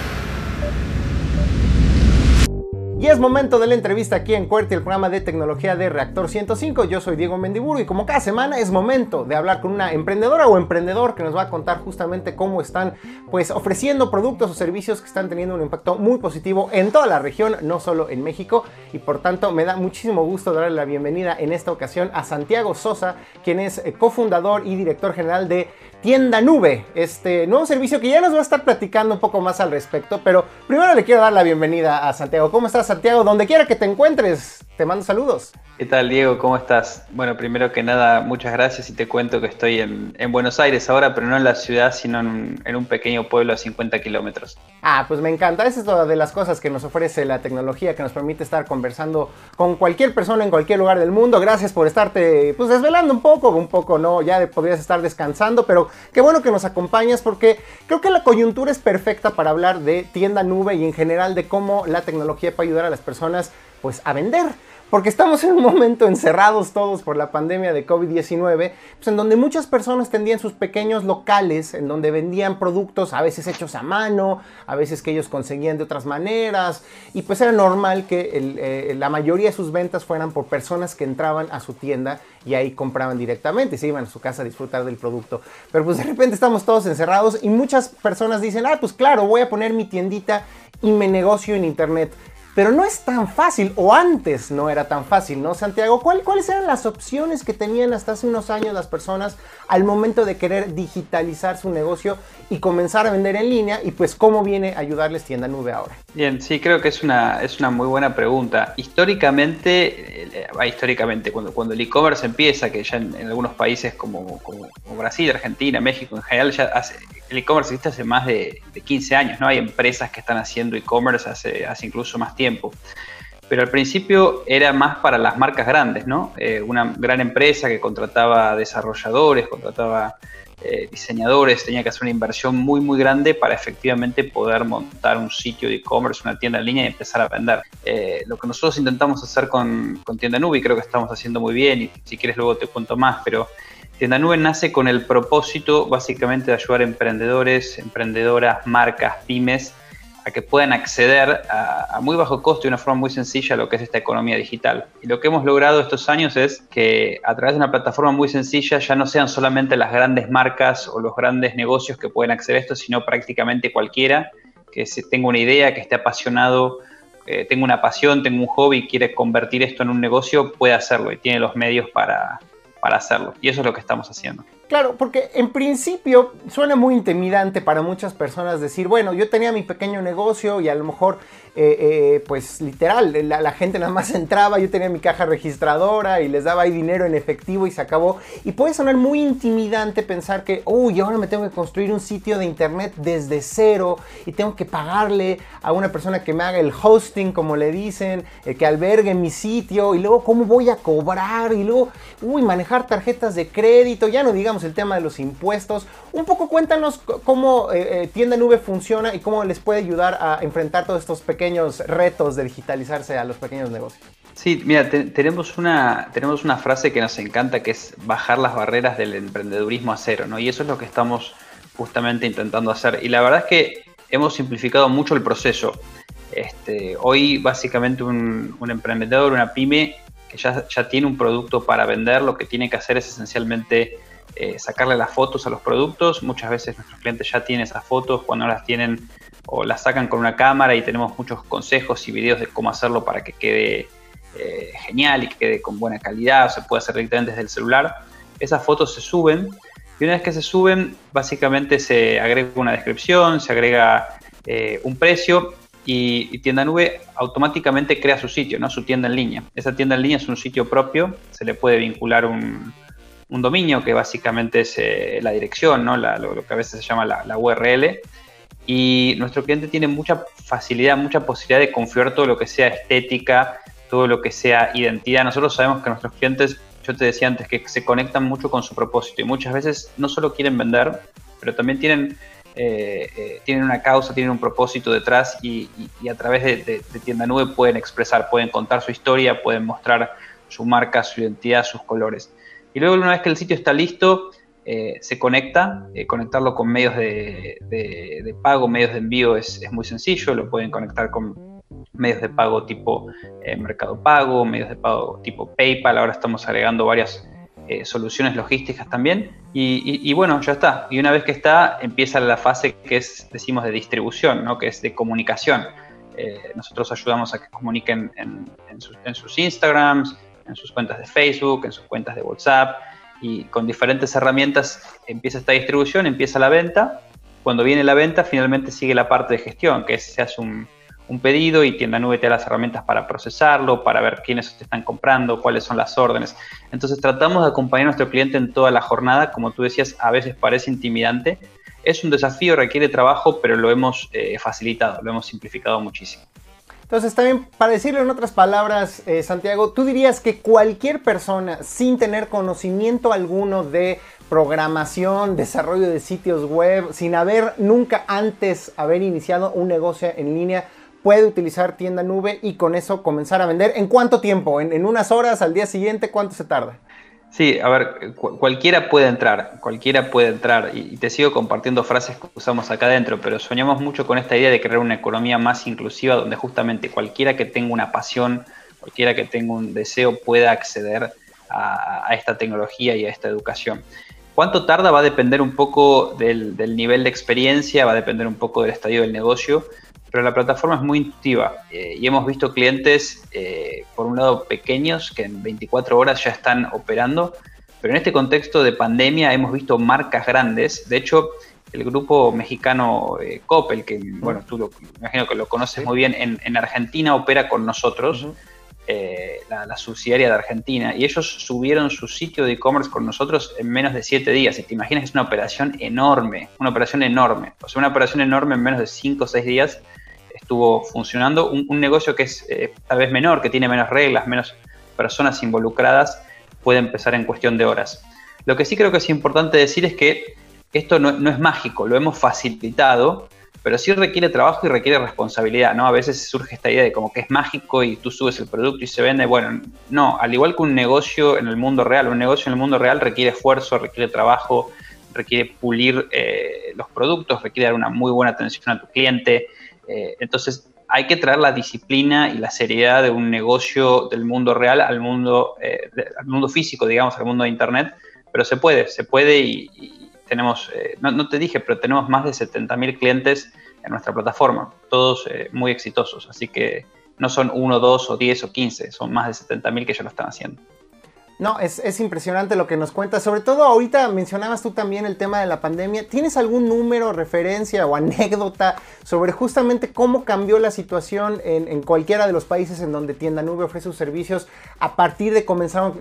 Y es momento de la entrevista aquí en QWERTY, el programa de tecnología de Reactor 105. Yo soy Diego Mendiburu y como cada semana es momento de hablar con una emprendedora o emprendedor que nos va a contar justamente cómo están pues ofreciendo productos o servicios que están teniendo un impacto muy positivo en toda la región, no solo en México. Y por tanto me da muchísimo gusto darle la bienvenida en esta ocasión a Santiago Sosa, quien es cofundador y director general de Tienda Nube, este nuevo servicio que ya nos va a estar platicando un poco más al respecto, pero primero le quiero dar la bienvenida a Santiago. ¿Cómo estás, Santiago? Donde quiera que te encuentres, Te mando saludos. ¿Qué tal, Diego? ¿Cómo estás? Bueno, primero que nada, muchas gracias y te cuento que estoy en Buenos Aires ahora, pero no en la ciudad, sino en un pequeño pueblo a 50 kilómetros. Pues me encanta. Esa es una de las cosas que nos ofrece la tecnología, que nos permite estar conversando con cualquier persona en cualquier lugar del mundo. Gracias por estarte desvelando un poco, ¿no? Ya podrías estar descansando, pero qué bueno que nos acompañas porque creo que la coyuntura es perfecta para hablar de tienda nube y en general de cómo la tecnología puede ayudar a las personas a vender. Porque estamos en un momento encerrados todos por la pandemia de COVID-19, en donde muchas personas tendían sus pequeños locales, en donde vendían productos a veces hechos a mano, a veces que ellos conseguían de otras maneras, y era normal que la mayoría de sus ventas fueran por personas que entraban a su tienda y ahí compraban directamente y se iban a su casa a disfrutar del producto. Pero de repente estamos todos encerrados y muchas personas dicen, claro, voy a poner mi tiendita y mi negocio en internet. Pero no es tan fácil, o antes no era tan fácil, ¿no, Santiago? ¿Cuáles eran las opciones que tenían hasta hace unos años las personas al momento de querer digitalizar su negocio y comenzar a vender en línea? Y cómo viene a ayudarles Tienda Nube ahora. Bien, sí, creo que es una muy buena pregunta. Históricamente, cuando el e-commerce empieza, que ya en algunos países como Brasil, Argentina, México en general, el e-commerce existe hace más de 15 años, ¿no? Hay empresas que están haciendo e-commerce hace incluso más tiempo. Pero al principio era más para las marcas grandes, ¿no? Una gran empresa que contrataba desarrolladores, contrataba diseñadores, tenía que hacer una inversión muy, muy grande para efectivamente poder montar un sitio de e-commerce, una tienda en línea y empezar a vender. Lo que nosotros intentamos hacer con Tienda Nube, y creo que estamos haciendo muy bien, y si quieres luego te cuento más, pero Tienda Nube nace con el propósito básicamente de ayudar a emprendedores, emprendedoras, marcas, pymes, a que puedan acceder a muy bajo costo y de una forma muy sencilla a lo que es esta economía digital. Y lo que hemos logrado estos años es que a través de una plataforma muy sencilla ya no sean solamente las grandes marcas o los grandes negocios que pueden acceder a esto, sino prácticamente cualquiera que tenga una idea, que esté apasionado, tenga una pasión, tenga un hobby y quiere convertir esto en un negocio, puede hacerlo y tiene los medios para hacerlo. Y eso es lo que estamos haciendo. Claro, porque en principio suena muy intimidante para muchas personas decir, bueno, yo tenía mi pequeño negocio y a lo mejor, literal, la gente nada más entraba, yo tenía mi caja registradora y les daba ahí dinero en efectivo y se acabó. Y puede sonar muy intimidante pensar que, ahora me tengo que construir un sitio de internet desde cero y tengo que pagarle a una persona que me haga el hosting, como le dicen, que albergue mi sitio y luego cómo voy a cobrar y luego, manejar tarjetas de crédito, ya no digamos el tema de los impuestos. Un poco cuéntanos cómo Tienda Nube funciona y cómo les puede ayudar a enfrentar todos estos pequeños retos de digitalizarse a los pequeños negocios. Sí, mira, tenemos una frase que nos encanta, que es bajar las barreras del emprendedurismo a cero, ¿no? Y eso es lo que estamos justamente intentando hacer. Y la verdad es que hemos simplificado mucho el proceso. Hoy básicamente un emprendedor, una pyme que ya tiene un producto para vender, lo que tiene que hacer es esencialmente sacarle las fotos a los productos. Muchas veces nuestros clientes ya tienen esas fotos, cuando no las tienen o las sacan con una cámara, y tenemos muchos consejos y videos de cómo hacerlo para que quede genial y que quede con buena calidad, o se puede hacer directamente desde el celular. Esas fotos se suben y una vez que se suben, básicamente se agrega una descripción, se agrega un precio y Tienda Nube automáticamente crea su sitio, ¿no? Su tienda en línea. Esa tienda en línea es un sitio propio, se le puede vincular un dominio que básicamente es la dirección, ¿no? Lo que a veces se llama la URL. Y nuestro cliente tiene mucha facilidad, mucha posibilidad de configurar todo lo que sea estética, todo lo que sea identidad. Nosotros sabemos que nuestros clientes, yo te decía antes, que se conectan mucho con su propósito y muchas veces no solo quieren vender, pero también tienen una causa, tienen un propósito detrás y a través de Tienda Nube pueden expresar, pueden contar su historia, pueden mostrar su marca, su identidad, sus colores. Y luego, una vez que el sitio está listo, se conecta. Conectarlo con medios de pago, medios de envío es muy sencillo. Lo pueden conectar con medios de pago tipo Mercado Pago, medios de pago tipo PayPal. Ahora estamos agregando varias soluciones logísticas también. Y bueno, ya está. Y una vez que está, empieza la fase que decimos de distribución, ¿no? Que es de comunicación. Nosotros ayudamos a que comuniquen en sus Instagrams, en sus cuentas de Facebook, en sus cuentas de WhatsApp, y con diferentes herramientas empieza esta distribución, empieza la venta. Cuando viene la venta, finalmente sigue la parte de gestión, que se hace un un pedido y Tienda Nube te da las herramientas para procesarlo, para ver quiénes te están comprando, cuáles son las órdenes. Entonces tratamos de acompañar a nuestro cliente en toda la jornada. Como tú decías, a veces parece intimidante. Es un desafío, requiere trabajo, pero lo hemos facilitado, lo hemos simplificado muchísimo. Entonces también, para decirlo en otras palabras, Santiago, ¿tú dirías que cualquier persona sin tener conocimiento alguno de programación, desarrollo de sitios web, sin haber nunca antes haber iniciado un negocio en línea, puede utilizar Tienda Nube y con eso comenzar a vender? ¿En cuánto tiempo? ¿En unas horas, al día siguiente? ¿Cuánto se tarda? Sí, a ver, cualquiera puede entrar y te sigo compartiendo frases que usamos acá adentro, pero soñamos mucho con esta idea de crear una economía más inclusiva donde justamente cualquiera que tenga una pasión, cualquiera que tenga un deseo pueda acceder a esta tecnología y a esta educación. ¿Cuánto tarda? Va a depender un poco del nivel de experiencia, va a depender un poco del estadio del negocio, pero la plataforma es muy intuitiva y hemos visto clientes, por un lado pequeños, que en 24 horas ya están operando, pero en este contexto de pandemia hemos visto marcas grandes. De hecho, el grupo mexicano Coppel, que bueno, tú me imagino que lo conoces muy bien, en Argentina opera con nosotros, la subsidiaria de Argentina, y ellos subieron su sitio de e-commerce con nosotros en menos de 7 días. Y te imaginas que es una operación enorme. O sea, una operación enorme en menos de 5 o 6 días estuvo funcionando. Un negocio que es tal vez menor, que tiene menos reglas, menos personas involucradas, puede empezar en cuestión de horas. Lo que sí creo que es importante decir es que esto no es mágico, lo hemos facilitado, pero sí requiere trabajo y requiere responsabilidad, ¿no? A veces surge esta idea de como que es mágico y tú subes el producto y se vende. Bueno, no, al igual que un negocio en el mundo real, requiere esfuerzo, requiere trabajo, requiere pulir los productos, requiere dar una muy buena atención a tu cliente. Entonces hay que traer la disciplina y la seriedad de un negocio del mundo real al mundo físico, digamos, al mundo de Internet, pero se puede y tenemos, no te dije, pero tenemos más de 70.000 clientes en nuestra plataforma, todos muy exitosos, así que no son 1, 2 o 10 o 15, son más de 70.000 que ya lo están haciendo. No, es impresionante lo que nos cuentas. Sobre todo ahorita mencionabas tú también el tema de la pandemia. ¿Tienes algún número, referencia o anécdota sobre justamente cómo cambió la situación en cualquiera de los países en donde Tienda Nube ofrece sus servicios a partir de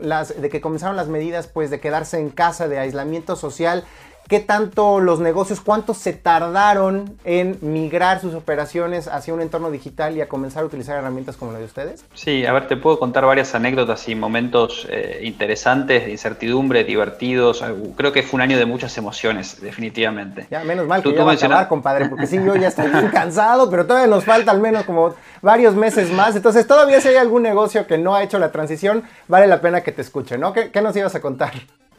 que comenzaron las medidas, pues, de quedarse en casa, de aislamiento social? ¿Qué tanto los negocios, cuánto se tardaron en migrar sus operaciones hacia un entorno digital y a comenzar a utilizar herramientas como la de ustedes? Sí, a ver, te puedo contar varias anécdotas y momentos interesantes, de incertidumbre, divertidos. Creo que fue un año de muchas emociones, definitivamente. Ya, menos mal que ya va a acabar, compadre, porque sí, yo ya estoy bien cansado, pero todavía nos falta al menos como varios meses más. Entonces, todavía si hay algún negocio que no ha hecho la transición, vale la pena que te escuche, ¿no? ¿Qué nos ibas a contar?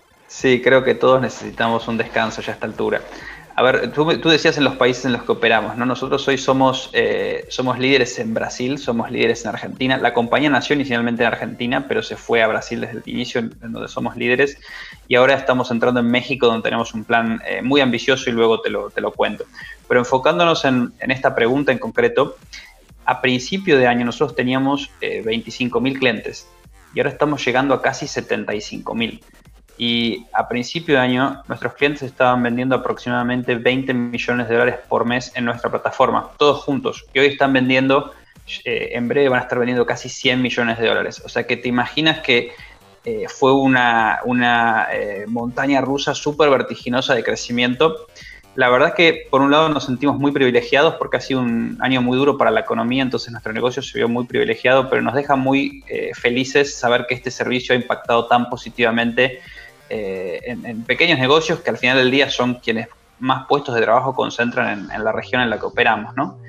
Sí, creo que todos necesitamos un descanso ya a esta altura. A ver, tú decías en los países en los que operamos, ¿no? Nosotros hoy somos líderes en Brasil, somos líderes en Argentina. La compañía nació inicialmente en Argentina, pero se fue a Brasil desde el inicio, en donde somos líderes. Y ahora estamos entrando en México, donde tenemos un plan muy ambicioso y luego te lo cuento. Pero enfocándonos en esta pregunta en concreto, a principio de año nosotros teníamos 25.000 clientes y ahora estamos llegando a casi 75.000. Y a principio de año nuestros clientes estaban vendiendo aproximadamente $20 millones por mes en nuestra plataforma, todos juntos. Y hoy están vendiendo, en breve van a estar vendiendo casi $100 millones. O sea que te imaginas que fue una montaña rusa súper vertiginosa de crecimiento. La verdad es que por un lado nos sentimos muy privilegiados porque ha sido un año muy duro para la economía, entonces nuestro negocio se vio muy privilegiado, pero nos deja muy felices saber que este servicio ha impactado tan positivamente en pequeños negocios que al final del día son quienes más puestos de trabajo concentran en la región en la que operamos, ¿no?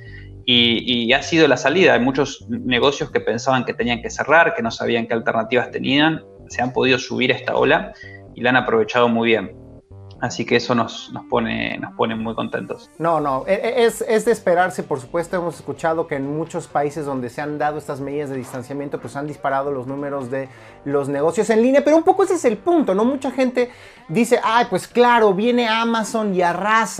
Y ha sido la salida. Hay muchos negocios que pensaban que tenían que cerrar, que no sabían qué alternativas tenían, se han podido subir a esta ola y la han aprovechado muy bien. Así que eso nos pone muy contentos. No, es de esperarse, por supuesto. Hemos escuchado que en muchos países donde se han dado estas medidas de distanciamiento, pues han disparado los números de los negocios en línea, pero un poco ese es el punto, ¿no? Mucha gente dice, pues claro, viene Amazon y arrasa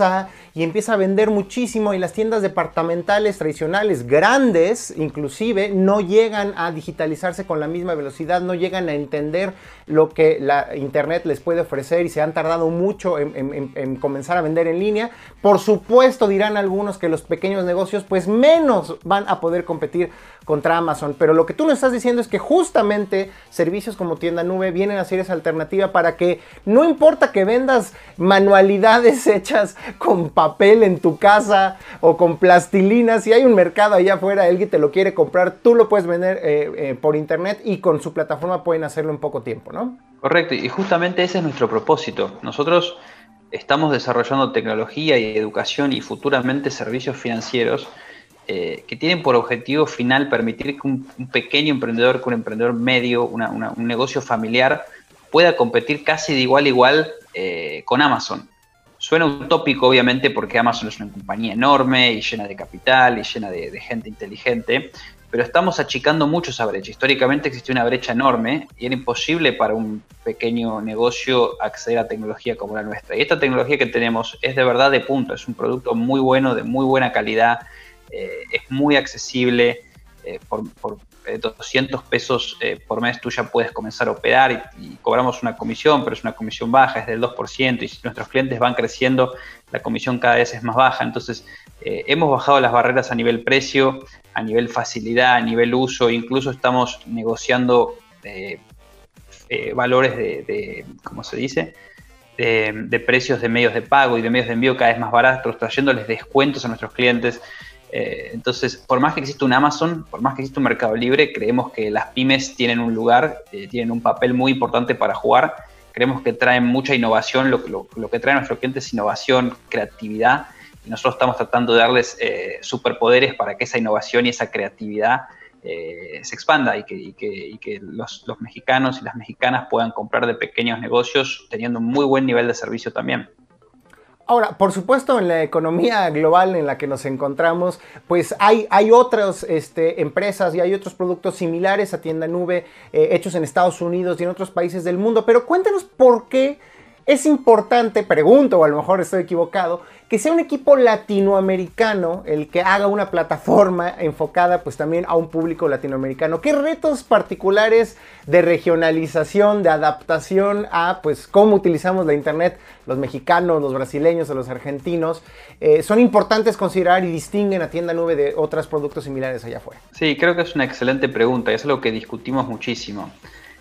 y empieza a vender muchísimo, y las tiendas departamentales tradicionales, grandes inclusive, no llegan a digitalizarse con la misma velocidad, no llegan a entender lo que la internet les puede ofrecer y se han tardado mucho en comenzar a vender en línea. Por supuesto, dirán algunos que los pequeños negocios pues menos van a poder competir contra Amazon, pero lo que tú nos estás diciendo es que justamente servicios como Tienda Nube vienen a ser esa alternativa para que no importa que vendas manualidades hechas con papel en tu casa o con plastilina, si hay un mercado allá afuera, alguien te lo quiere comprar, tú lo puedes vender por internet, y con su plataforma pueden hacerlo en poco tiempo, ¿no? Correcto, y justamente ese es nuestro propósito. Nosotros estamos desarrollando tecnología y educación y futuramente servicios financieros que tienen por objetivo final permitir que un pequeño emprendedor, que un emprendedor medio, un negocio familiar pueda competir casi de igual a igual con Amazon. Suena utópico, obviamente, porque Amazon es una compañía enorme y llena de capital y llena de gente inteligente, pero estamos achicando mucho esa brecha. Históricamente existía una brecha enorme y era imposible para un pequeño negocio acceder a tecnología como la nuestra. Y esta tecnología que tenemos es de verdad de punta, es un producto muy bueno, de muy buena calidad, es muy accesible, por 200 pesos por mes tú ya puedes comenzar a operar y cobramos una comisión, pero es una comisión baja, es del 2%, y si nuestros clientes van creciendo, la comisión cada vez es más baja. Entonces, hemos bajado las barreras a nivel precio, a nivel facilidad, a nivel uso, incluso estamos negociando valores ¿cómo se dice?, de precios de medios de pago y de medios de envío cada vez más baratos, trayéndoles descuentos a nuestros clientes. Entonces, por más que exista un Amazon, por más que exista un Mercado Libre, creemos que las pymes tienen un lugar, tienen un papel muy importante para jugar. Creemos que traen mucha innovación, lo que trae a nuestros clientes es innovación, creatividad, y nosotros estamos tratando de darles superpoderes para que esa innovación y esa creatividad se expanda y que los mexicanos y las mexicanas puedan comprar de pequeños negocios teniendo un muy buen nivel de servicio también. Ahora, por supuesto, en la economía global en la que nos encontramos, pues hay otras empresas y hay otros productos similares a Tienda Nube hechos en Estados Unidos y en otros países del mundo. Pero cuéntanos por qué es importante, pregunto, o a lo mejor estoy equivocado, que sea un equipo latinoamericano el que haga una plataforma enfocada pues también a un público latinoamericano. ¿Qué retos particulares de regionalización, de adaptación a pues cómo utilizamos la internet los mexicanos, los brasileños o los argentinos son importantes considerar y distinguen a Tienda Nube de otros productos similares allá afuera? Sí, creo que es una excelente pregunta, es algo que discutimos muchísimo.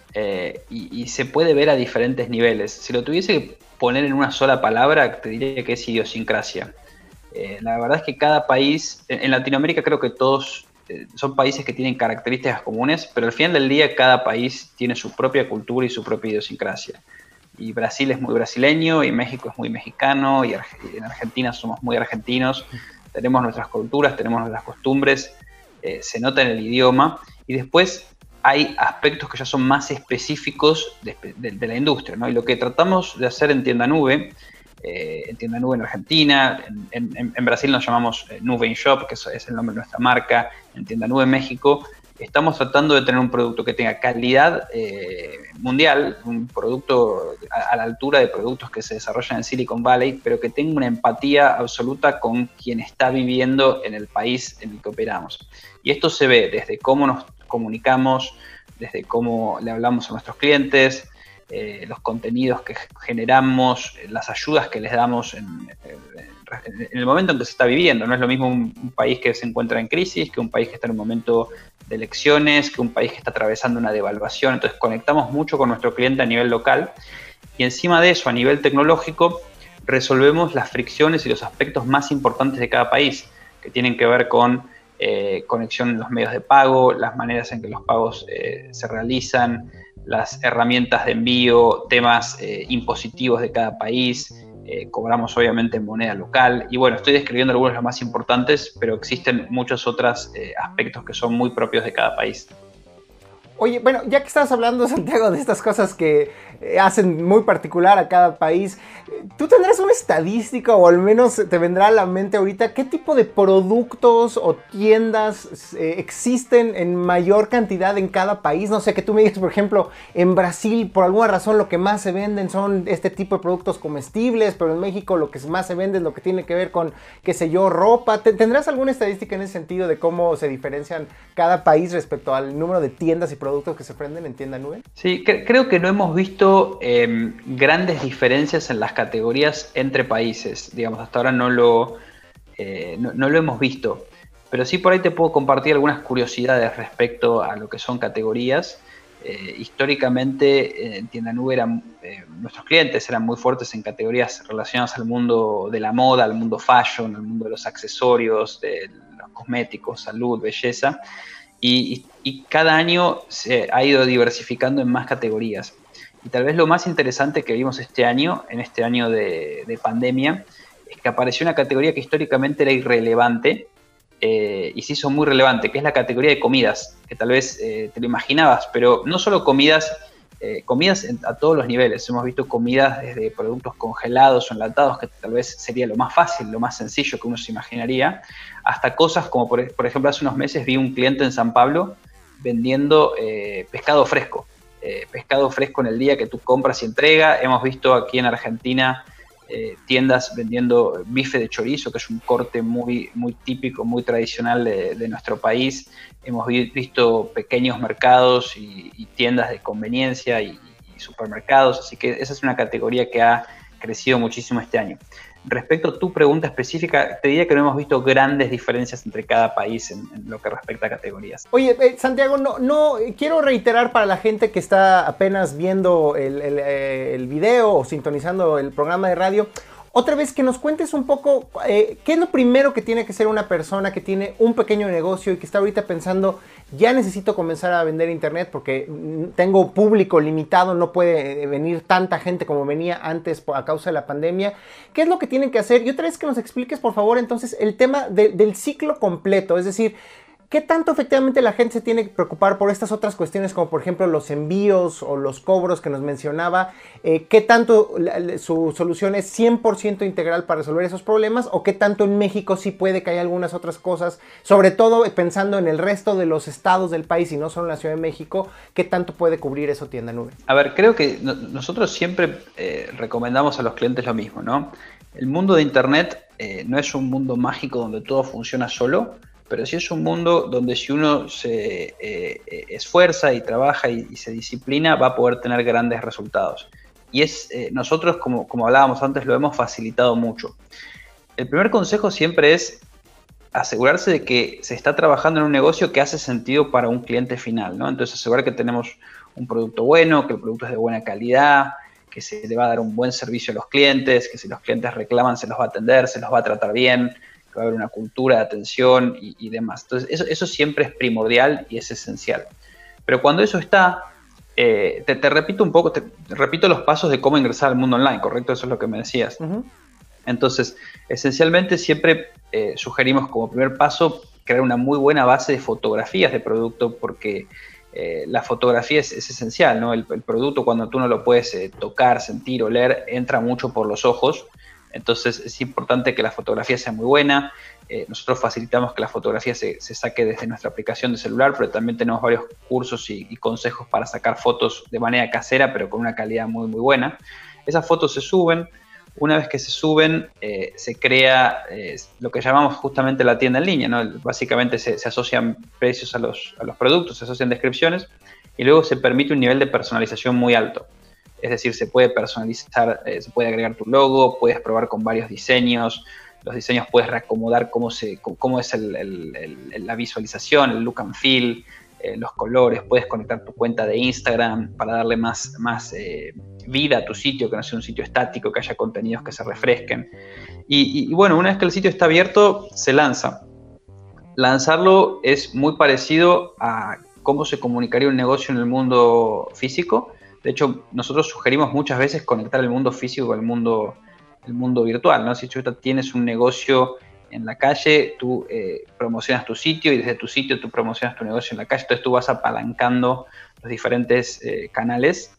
Y se puede ver a diferentes niveles. Si lo tuviese que poner en una sola palabra, te diría que es idiosincrasia. La verdad es que cada país, en Latinoamérica creo que todos son países que tienen características comunes, pero al final del día cada país tiene su propia cultura y su propia idiosincrasia. Y Brasil es muy brasileño, y México es muy mexicano, y en Argentina somos muy argentinos. Tenemos nuestras culturas, tenemos nuestras costumbres, se nota en el idioma, y después hay aspectos que ya son más específicos de la industria, ¿no? Y lo que tratamos de hacer en Tienda Nube en Argentina, en Brasil nos llamamos Nube in Shop, que es el nombre de nuestra marca, en Tienda Nube en México, estamos tratando de tener un producto que tenga calidad mundial, un producto a la altura de productos que se desarrollan en Silicon Valley, pero que tenga una empatía absoluta con quien está viviendo en el país en el que operamos. Y esto se ve desde cómo nos comunicamos, desde cómo le hablamos a nuestros clientes, los contenidos que generamos, las ayudas que les damos en el momento en que se está viviendo. No es lo mismo un país que se encuentra en crisis que un país que está en un momento de elecciones, que un país que está atravesando una devaluación. Entonces conectamos mucho con nuestro cliente a nivel local, y encima de eso, a nivel tecnológico, resolvemos las fricciones y los aspectos más importantes de cada país, que tienen que ver con conexión en los medios de pago, las maneras en que los pagos se realizan, las herramientas de envío, temas impositivos de cada país, cobramos obviamente en moneda local, y bueno, estoy describiendo algunos de los más importantes, pero existen muchos otros aspectos que son muy propios de cada país. Oye, bueno, ya que estás hablando, Santiago, de estas cosas que hacen muy particular a cada país, ¿tú tendrás una estadística o al menos te vendrá a la mente ahorita qué tipo de productos o tiendas existen en mayor cantidad en cada país? No sé, que tú me digas, por ejemplo, en Brasil por alguna razón lo que más se venden son este tipo de productos comestibles, pero en México lo que más se vende es lo que tiene que ver con, qué sé yo, ropa. ¿Tendrás alguna estadística en ese sentido de cómo se diferencian cada país respecto al número de tiendas y productos que se venden en tienda nube? Sí, creo que no hemos visto grandes diferencias en las categorías entre países. Digamos, hasta ahora no lo hemos visto. Pero sí por ahí te puedo compartir algunas curiosidades respecto a lo que son categorías. Históricamente en tienda nube nuestros clientes eran muy fuertes en categorías relacionadas al mundo de la moda, al mundo fashion, al mundo de los accesorios, de los cosméticos, salud, belleza. Y cada año se ha ido diversificando en más categorías. Y tal vez lo más interesante que vimos este año, en este año de pandemia, es que apareció una categoría que históricamente era irrelevante y se hizo muy relevante, que es la categoría de comidas, que tal vez te lo imaginabas, pero no solo comidas, a todos los niveles. Hemos visto comidas desde productos congelados o enlatados, que tal vez sería lo más fácil, lo más sencillo que uno se imaginaría, hasta cosas como, por ejemplo, hace unos meses vi un cliente en San Pablo vendiendo pescado fresco en el día que tú compras y entrega. Hemos visto aquí en Argentina tiendas vendiendo bife de chorizo, que es un corte muy, muy típico, muy tradicional de nuestro país. Hemos visto pequeños mercados y tiendas de conveniencia y supermercados, así que esa es una categoría que ha crecido muchísimo este año. Respecto a tu pregunta específica, te diría que no hemos visto grandes diferencias entre cada país en lo que respecta a categorías. Oye, Santiago, no quiero reiterar para la gente que está apenas viendo el video o sintonizando el programa de radio, otra vez que nos cuentes un poco qué es lo primero que tiene que ser una persona que tiene un pequeño negocio y que está ahorita pensando, ya necesito comenzar a vender internet porque tengo público limitado, no puede venir tanta gente como venía antes a causa de la pandemia. ¿Qué es lo que tienen que hacer? Y otra vez que nos expliques, por favor, entonces el tema del ciclo completo, es decir, ¿qué tanto efectivamente la gente se tiene que preocupar por estas otras cuestiones como por ejemplo los envíos o los cobros que nos mencionaba? ¿Qué tanto su solución es 100% integral para resolver esos problemas? ¿O qué tanto en México sí puede que haya algunas otras cosas? Sobre todo pensando en el resto de los estados del país y no solo en la Ciudad de México, ¿qué tanto puede cubrir eso tienda nube? A ver, creo que nosotros siempre recomendamos a los clientes lo mismo, ¿no? El mundo de internet no es un mundo mágico donde todo funciona solo, pero sí es un mundo donde si uno se esfuerza y trabaja y se disciplina, va a poder tener grandes resultados. Y nosotros, como hablábamos antes, lo hemos facilitado mucho. El primer consejo siempre es asegurarse de que se está trabajando en un negocio que hace sentido para un cliente final, ¿no? Entonces asegurar que tenemos un producto bueno, que el producto es de buena calidad, que se le va a dar un buen servicio a los clientes, que si los clientes reclaman se los va a atender, se los va a tratar bien, que va a haber una cultura de atención y demás. Entonces, eso siempre es primordial y es esencial. Pero cuando eso está, te repito un poco, te repito los pasos de cómo ingresar al mundo online, ¿correcto? Eso es lo que me decías. Uh-huh. Entonces, esencialmente siempre sugerimos como primer paso crear una muy buena base de fotografías de producto, porque la fotografía es esencial, ¿no? El producto, cuando tú no lo puedes tocar, sentir, oler, entra mucho por los ojos. Entonces es importante que la fotografía sea muy buena. Nosotros facilitamos que la fotografía se saque desde nuestra aplicación de celular, pero también tenemos varios cursos y consejos para sacar fotos de manera casera, pero con una calidad muy, muy buena. Esas fotos se suben. Una vez que se suben, se crea lo que llamamos justamente la tienda en línea, ¿no? Básicamente se asocian precios a los productos, se asocian descripciones y luego se permite un nivel de personalización muy alto. Es decir, se puede personalizar, se puede agregar tu logo, puedes probar con varios diseños. Los diseños puedes reacomodar cómo es la visualización, el look and feel, los colores. Puedes conectar tu cuenta de Instagram para darle más vida a tu sitio, que no sea un sitio estático, que haya contenidos que se refresquen. Y bueno, una vez que el sitio está abierto, se lanza. Lanzarlo es muy parecido a cómo se comunicaría un negocio en el mundo físico. De hecho, nosotros sugerimos muchas veces conectar el mundo físico con el mundo virtual, ¿no? Si tú tienes un negocio en la calle, tú promocionas tu sitio y desde tu sitio tú promocionas tu negocio en la calle, entonces tú vas apalancando los diferentes canales.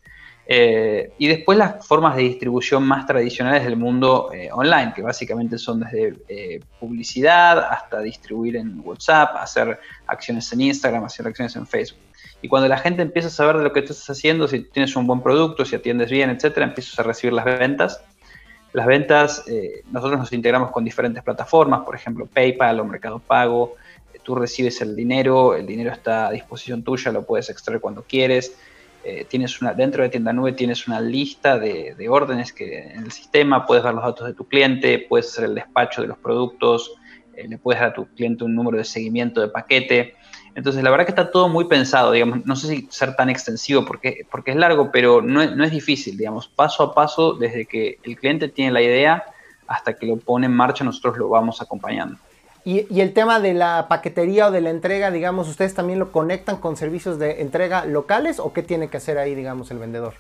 Y después las formas de distribución más tradicionales del mundo online, que básicamente son desde publicidad hasta distribuir en WhatsApp, hacer acciones en Instagram, hacer acciones en Facebook. Y cuando la gente empieza a saber de lo que tú estás haciendo, si tienes un buen producto, si atiendes bien, etcétera, empiezas a recibir las ventas. Las ventas, nosotros nos integramos con diferentes plataformas, por ejemplo, PayPal o Mercado Pago. Tú recibes el dinero está a disposición tuya, lo puedes extraer cuando quieres. Dentro de Tienda Nube tienes una lista de órdenes que en el sistema, puedes ver los datos de tu cliente, puedes hacer el despacho de los productos, le puedes dar a tu cliente un número de seguimiento de paquete. Entonces, la verdad que está todo muy pensado, digamos, no sé si ser tan extensivo porque es largo, pero no es difícil, digamos, paso a paso, desde que el cliente tiene la idea hasta que lo pone en marcha, nosotros lo vamos acompañando. Y el tema de la paquetería o de la entrega, digamos, ¿ustedes también lo conectan con servicios de entrega locales o qué tiene que hacer ahí, digamos, el vendedor?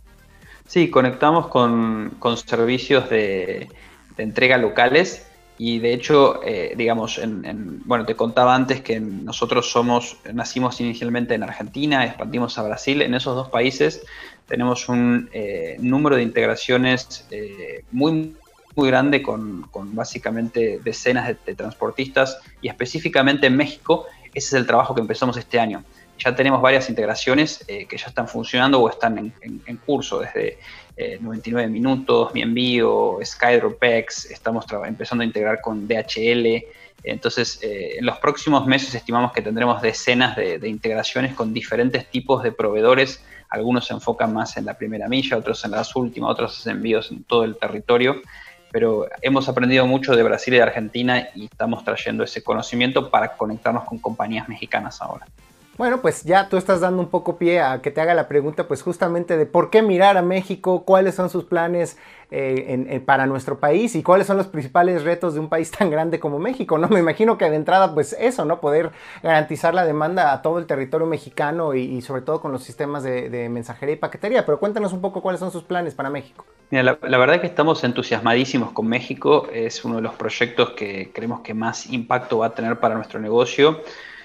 Sí, conectamos con servicios de entrega locales. Y de hecho, digamos, bueno, te contaba antes que nosotros nacimos inicialmente en Argentina, expandimos a Brasil. En esos dos países tenemos un número de integraciones muy grande con básicamente decenas de transportistas, y específicamente en México, ese es el trabajo que empezamos este año. Ya tenemos varias integraciones que ya están funcionando o están en curso, desde 99 Minutos, Mi Envío, SkyDropX, estamos empezando a integrar con DHL. Entonces, en los próximos meses estimamos que tendremos decenas de integraciones con diferentes tipos de proveedores. Algunos se enfocan más en la primera milla, otros en las últimas, otros hacen envíos en todo el territorio. Pero hemos aprendido mucho de Brasil y de Argentina y estamos trayendo ese conocimiento para conectarnos con compañías mexicanas ahora. Bueno, pues ya tú estás dando un poco pie a que te haga la pregunta, pues justamente de por qué mirar a México, cuáles son sus planes para nuestro país y cuáles son los principales retos de un país tan grande como México, ¿no? Me imagino que de entrada, pues eso, ¿no? Poder garantizar la demanda a todo el territorio mexicano y sobre todo con los sistemas de mensajería y paquetería. Pero cuéntanos un poco cuáles son sus planes para México. Mira, la verdad es que estamos entusiasmadísimos con México. Es uno de los proyectos que creemos que más impacto va a tener para nuestro negocio.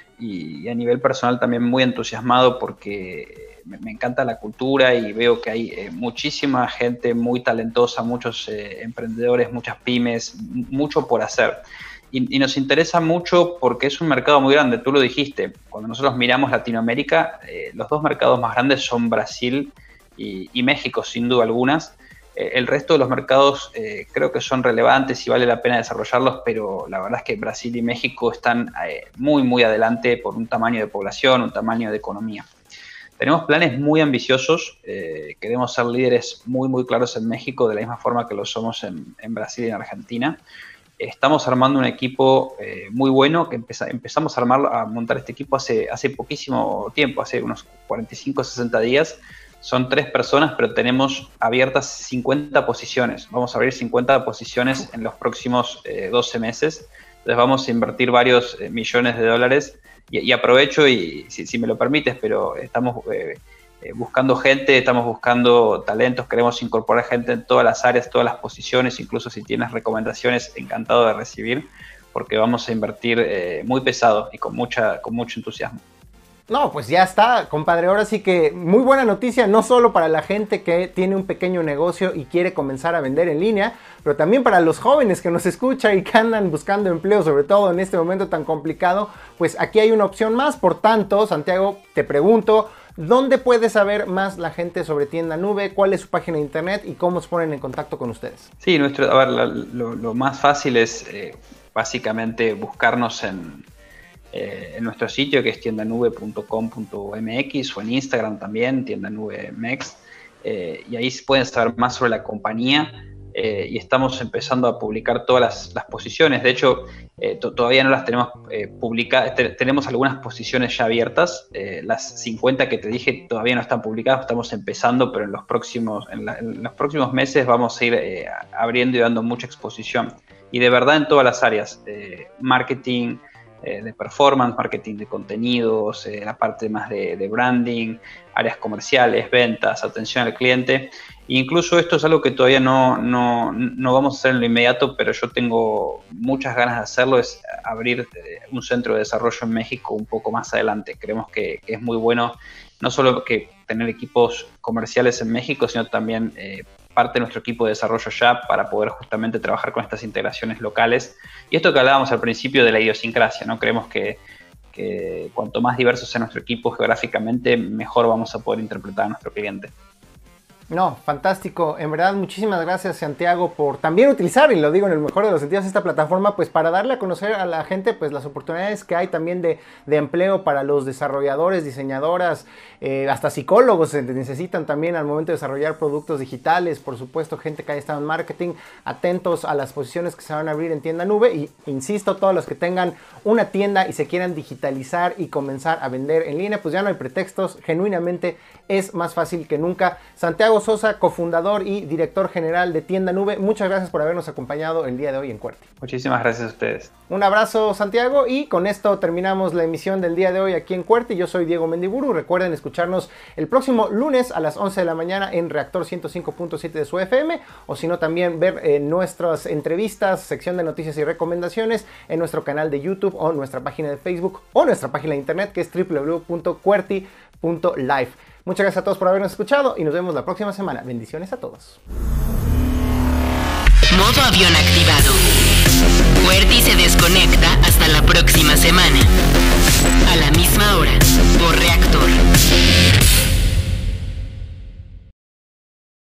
Y a nivel personal también muy entusiasmado porque me encanta la cultura y veo que hay muchísima gente muy talentosa, muchos emprendedores, muchas pymes, mucho por hacer. Y nos interesa mucho porque es un mercado muy grande, tú lo dijiste. Cuando nosotros miramos Latinoamérica, los dos mercados más grandes son Brasil y México, sin duda algunas. El resto de los mercados creo que son relevantes y vale la pena desarrollarlos, pero la verdad es que Brasil y México están muy adelante por un tamaño de población, un tamaño de economía. Tenemos planes muy ambiciosos, queremos ser líderes muy claros en México, de la misma forma que lo somos en Brasil y en Argentina. Estamos armando un equipo muy bueno, que empezamos a montar este equipo hace poquísimo tiempo, hace unos 45 o 60 días. Son 3 personas, pero tenemos abiertas 50 posiciones. Vamos a abrir 50 posiciones en los próximos 12 meses. Entonces vamos a invertir varios millones de dólares. Y aprovecho, y si me lo permites, pero estamos buscando gente, estamos buscando talentos, queremos incorporar gente en todas las áreas, todas las posiciones. Incluso si tienes recomendaciones, encantado de recibir, porque vamos a invertir muy pesado y con mucho entusiasmo. No, pues ya está, compadre. Ahora sí que muy buena noticia, no solo para la gente que tiene un pequeño negocio y quiere comenzar a vender en línea, pero también para los jóvenes que nos escuchan y que andan buscando empleo, sobre todo en este momento tan complicado. Pues aquí hay una opción más. Por tanto, Santiago, te pregunto, ¿dónde puede saber más la gente sobre Tienda Nube? ¿Cuál es su página de internet y cómo se ponen en contacto con ustedes? Sí, lo más fácil es básicamente buscarnos en nuestro sitio, que es tiendanube.com.mx, o en Instagram también, tiendanubemex, y ahí pueden saber más sobre la compañía, y estamos empezando a publicar todas las posiciones. De hecho, todavía no las tenemos publicadas, tenemos algunas posiciones ya abiertas, las 50 que te dije todavía no están publicadas, estamos empezando, pero en los próximos meses vamos a ir abriendo y dando mucha exposición, y de verdad en todas las áreas, marketing, de performance, marketing de contenidos, la parte más de branding, áreas comerciales, ventas, atención al cliente. Incluso esto es algo que todavía no vamos a hacer en lo inmediato, pero yo tengo muchas ganas de hacerlo, es abrir un centro de desarrollo en México un poco más adelante. Creemos que es muy bueno no solo que tener equipos comerciales en México, sino también parte de nuestro equipo de desarrollo ya para poder justamente trabajar con estas integraciones locales. Y esto que hablábamos al principio de la idiosincrasia, ¿no? Creemos que cuanto más diverso sea nuestro equipo geográficamente, mejor vamos a poder interpretar a nuestro cliente. No, fantástico. En verdad, muchísimas gracias, Santiago, por también utilizar, y lo digo en el mejor de los sentidos, esta plataforma, pues para darle a conocer a la gente, pues las oportunidades que hay también de empleo para los desarrolladores, diseñadoras, hasta psicólogos se necesitan también al momento de desarrollar productos digitales, por supuesto, gente que haya estado en marketing, atentos a las posiciones que se van a abrir en Tienda Nube, y insisto, todos los que tengan una tienda y se quieran digitalizar y comenzar a vender en línea, pues ya no hay pretextos, genuinamente es más fácil que nunca. Santiago Sosa, cofundador y director general de Tienda Nube, muchas gracias por habernos acompañado el día de hoy en QWERTY. Muchísimas gracias a ustedes. Un abrazo, Santiago, y con esto terminamos la emisión del día de hoy aquí en QWERTY. Yo soy Diego Mendiburu. Recuerden escucharnos el próximo lunes a las 11 de la mañana en Reactor 105.7 de su FM, o si no también ver nuestras entrevistas, sección de noticias y recomendaciones en nuestro canal de YouTube o nuestra página de Facebook o nuestra página de internet, que es www.qwerty.live. Muchas gracias a todos por habernos escuchado y nos vemos la próxima semana. Bendiciones a todos. Modo avión activado. QWERTY se desconecta hasta la próxima semana. A la misma hora, por Reactor.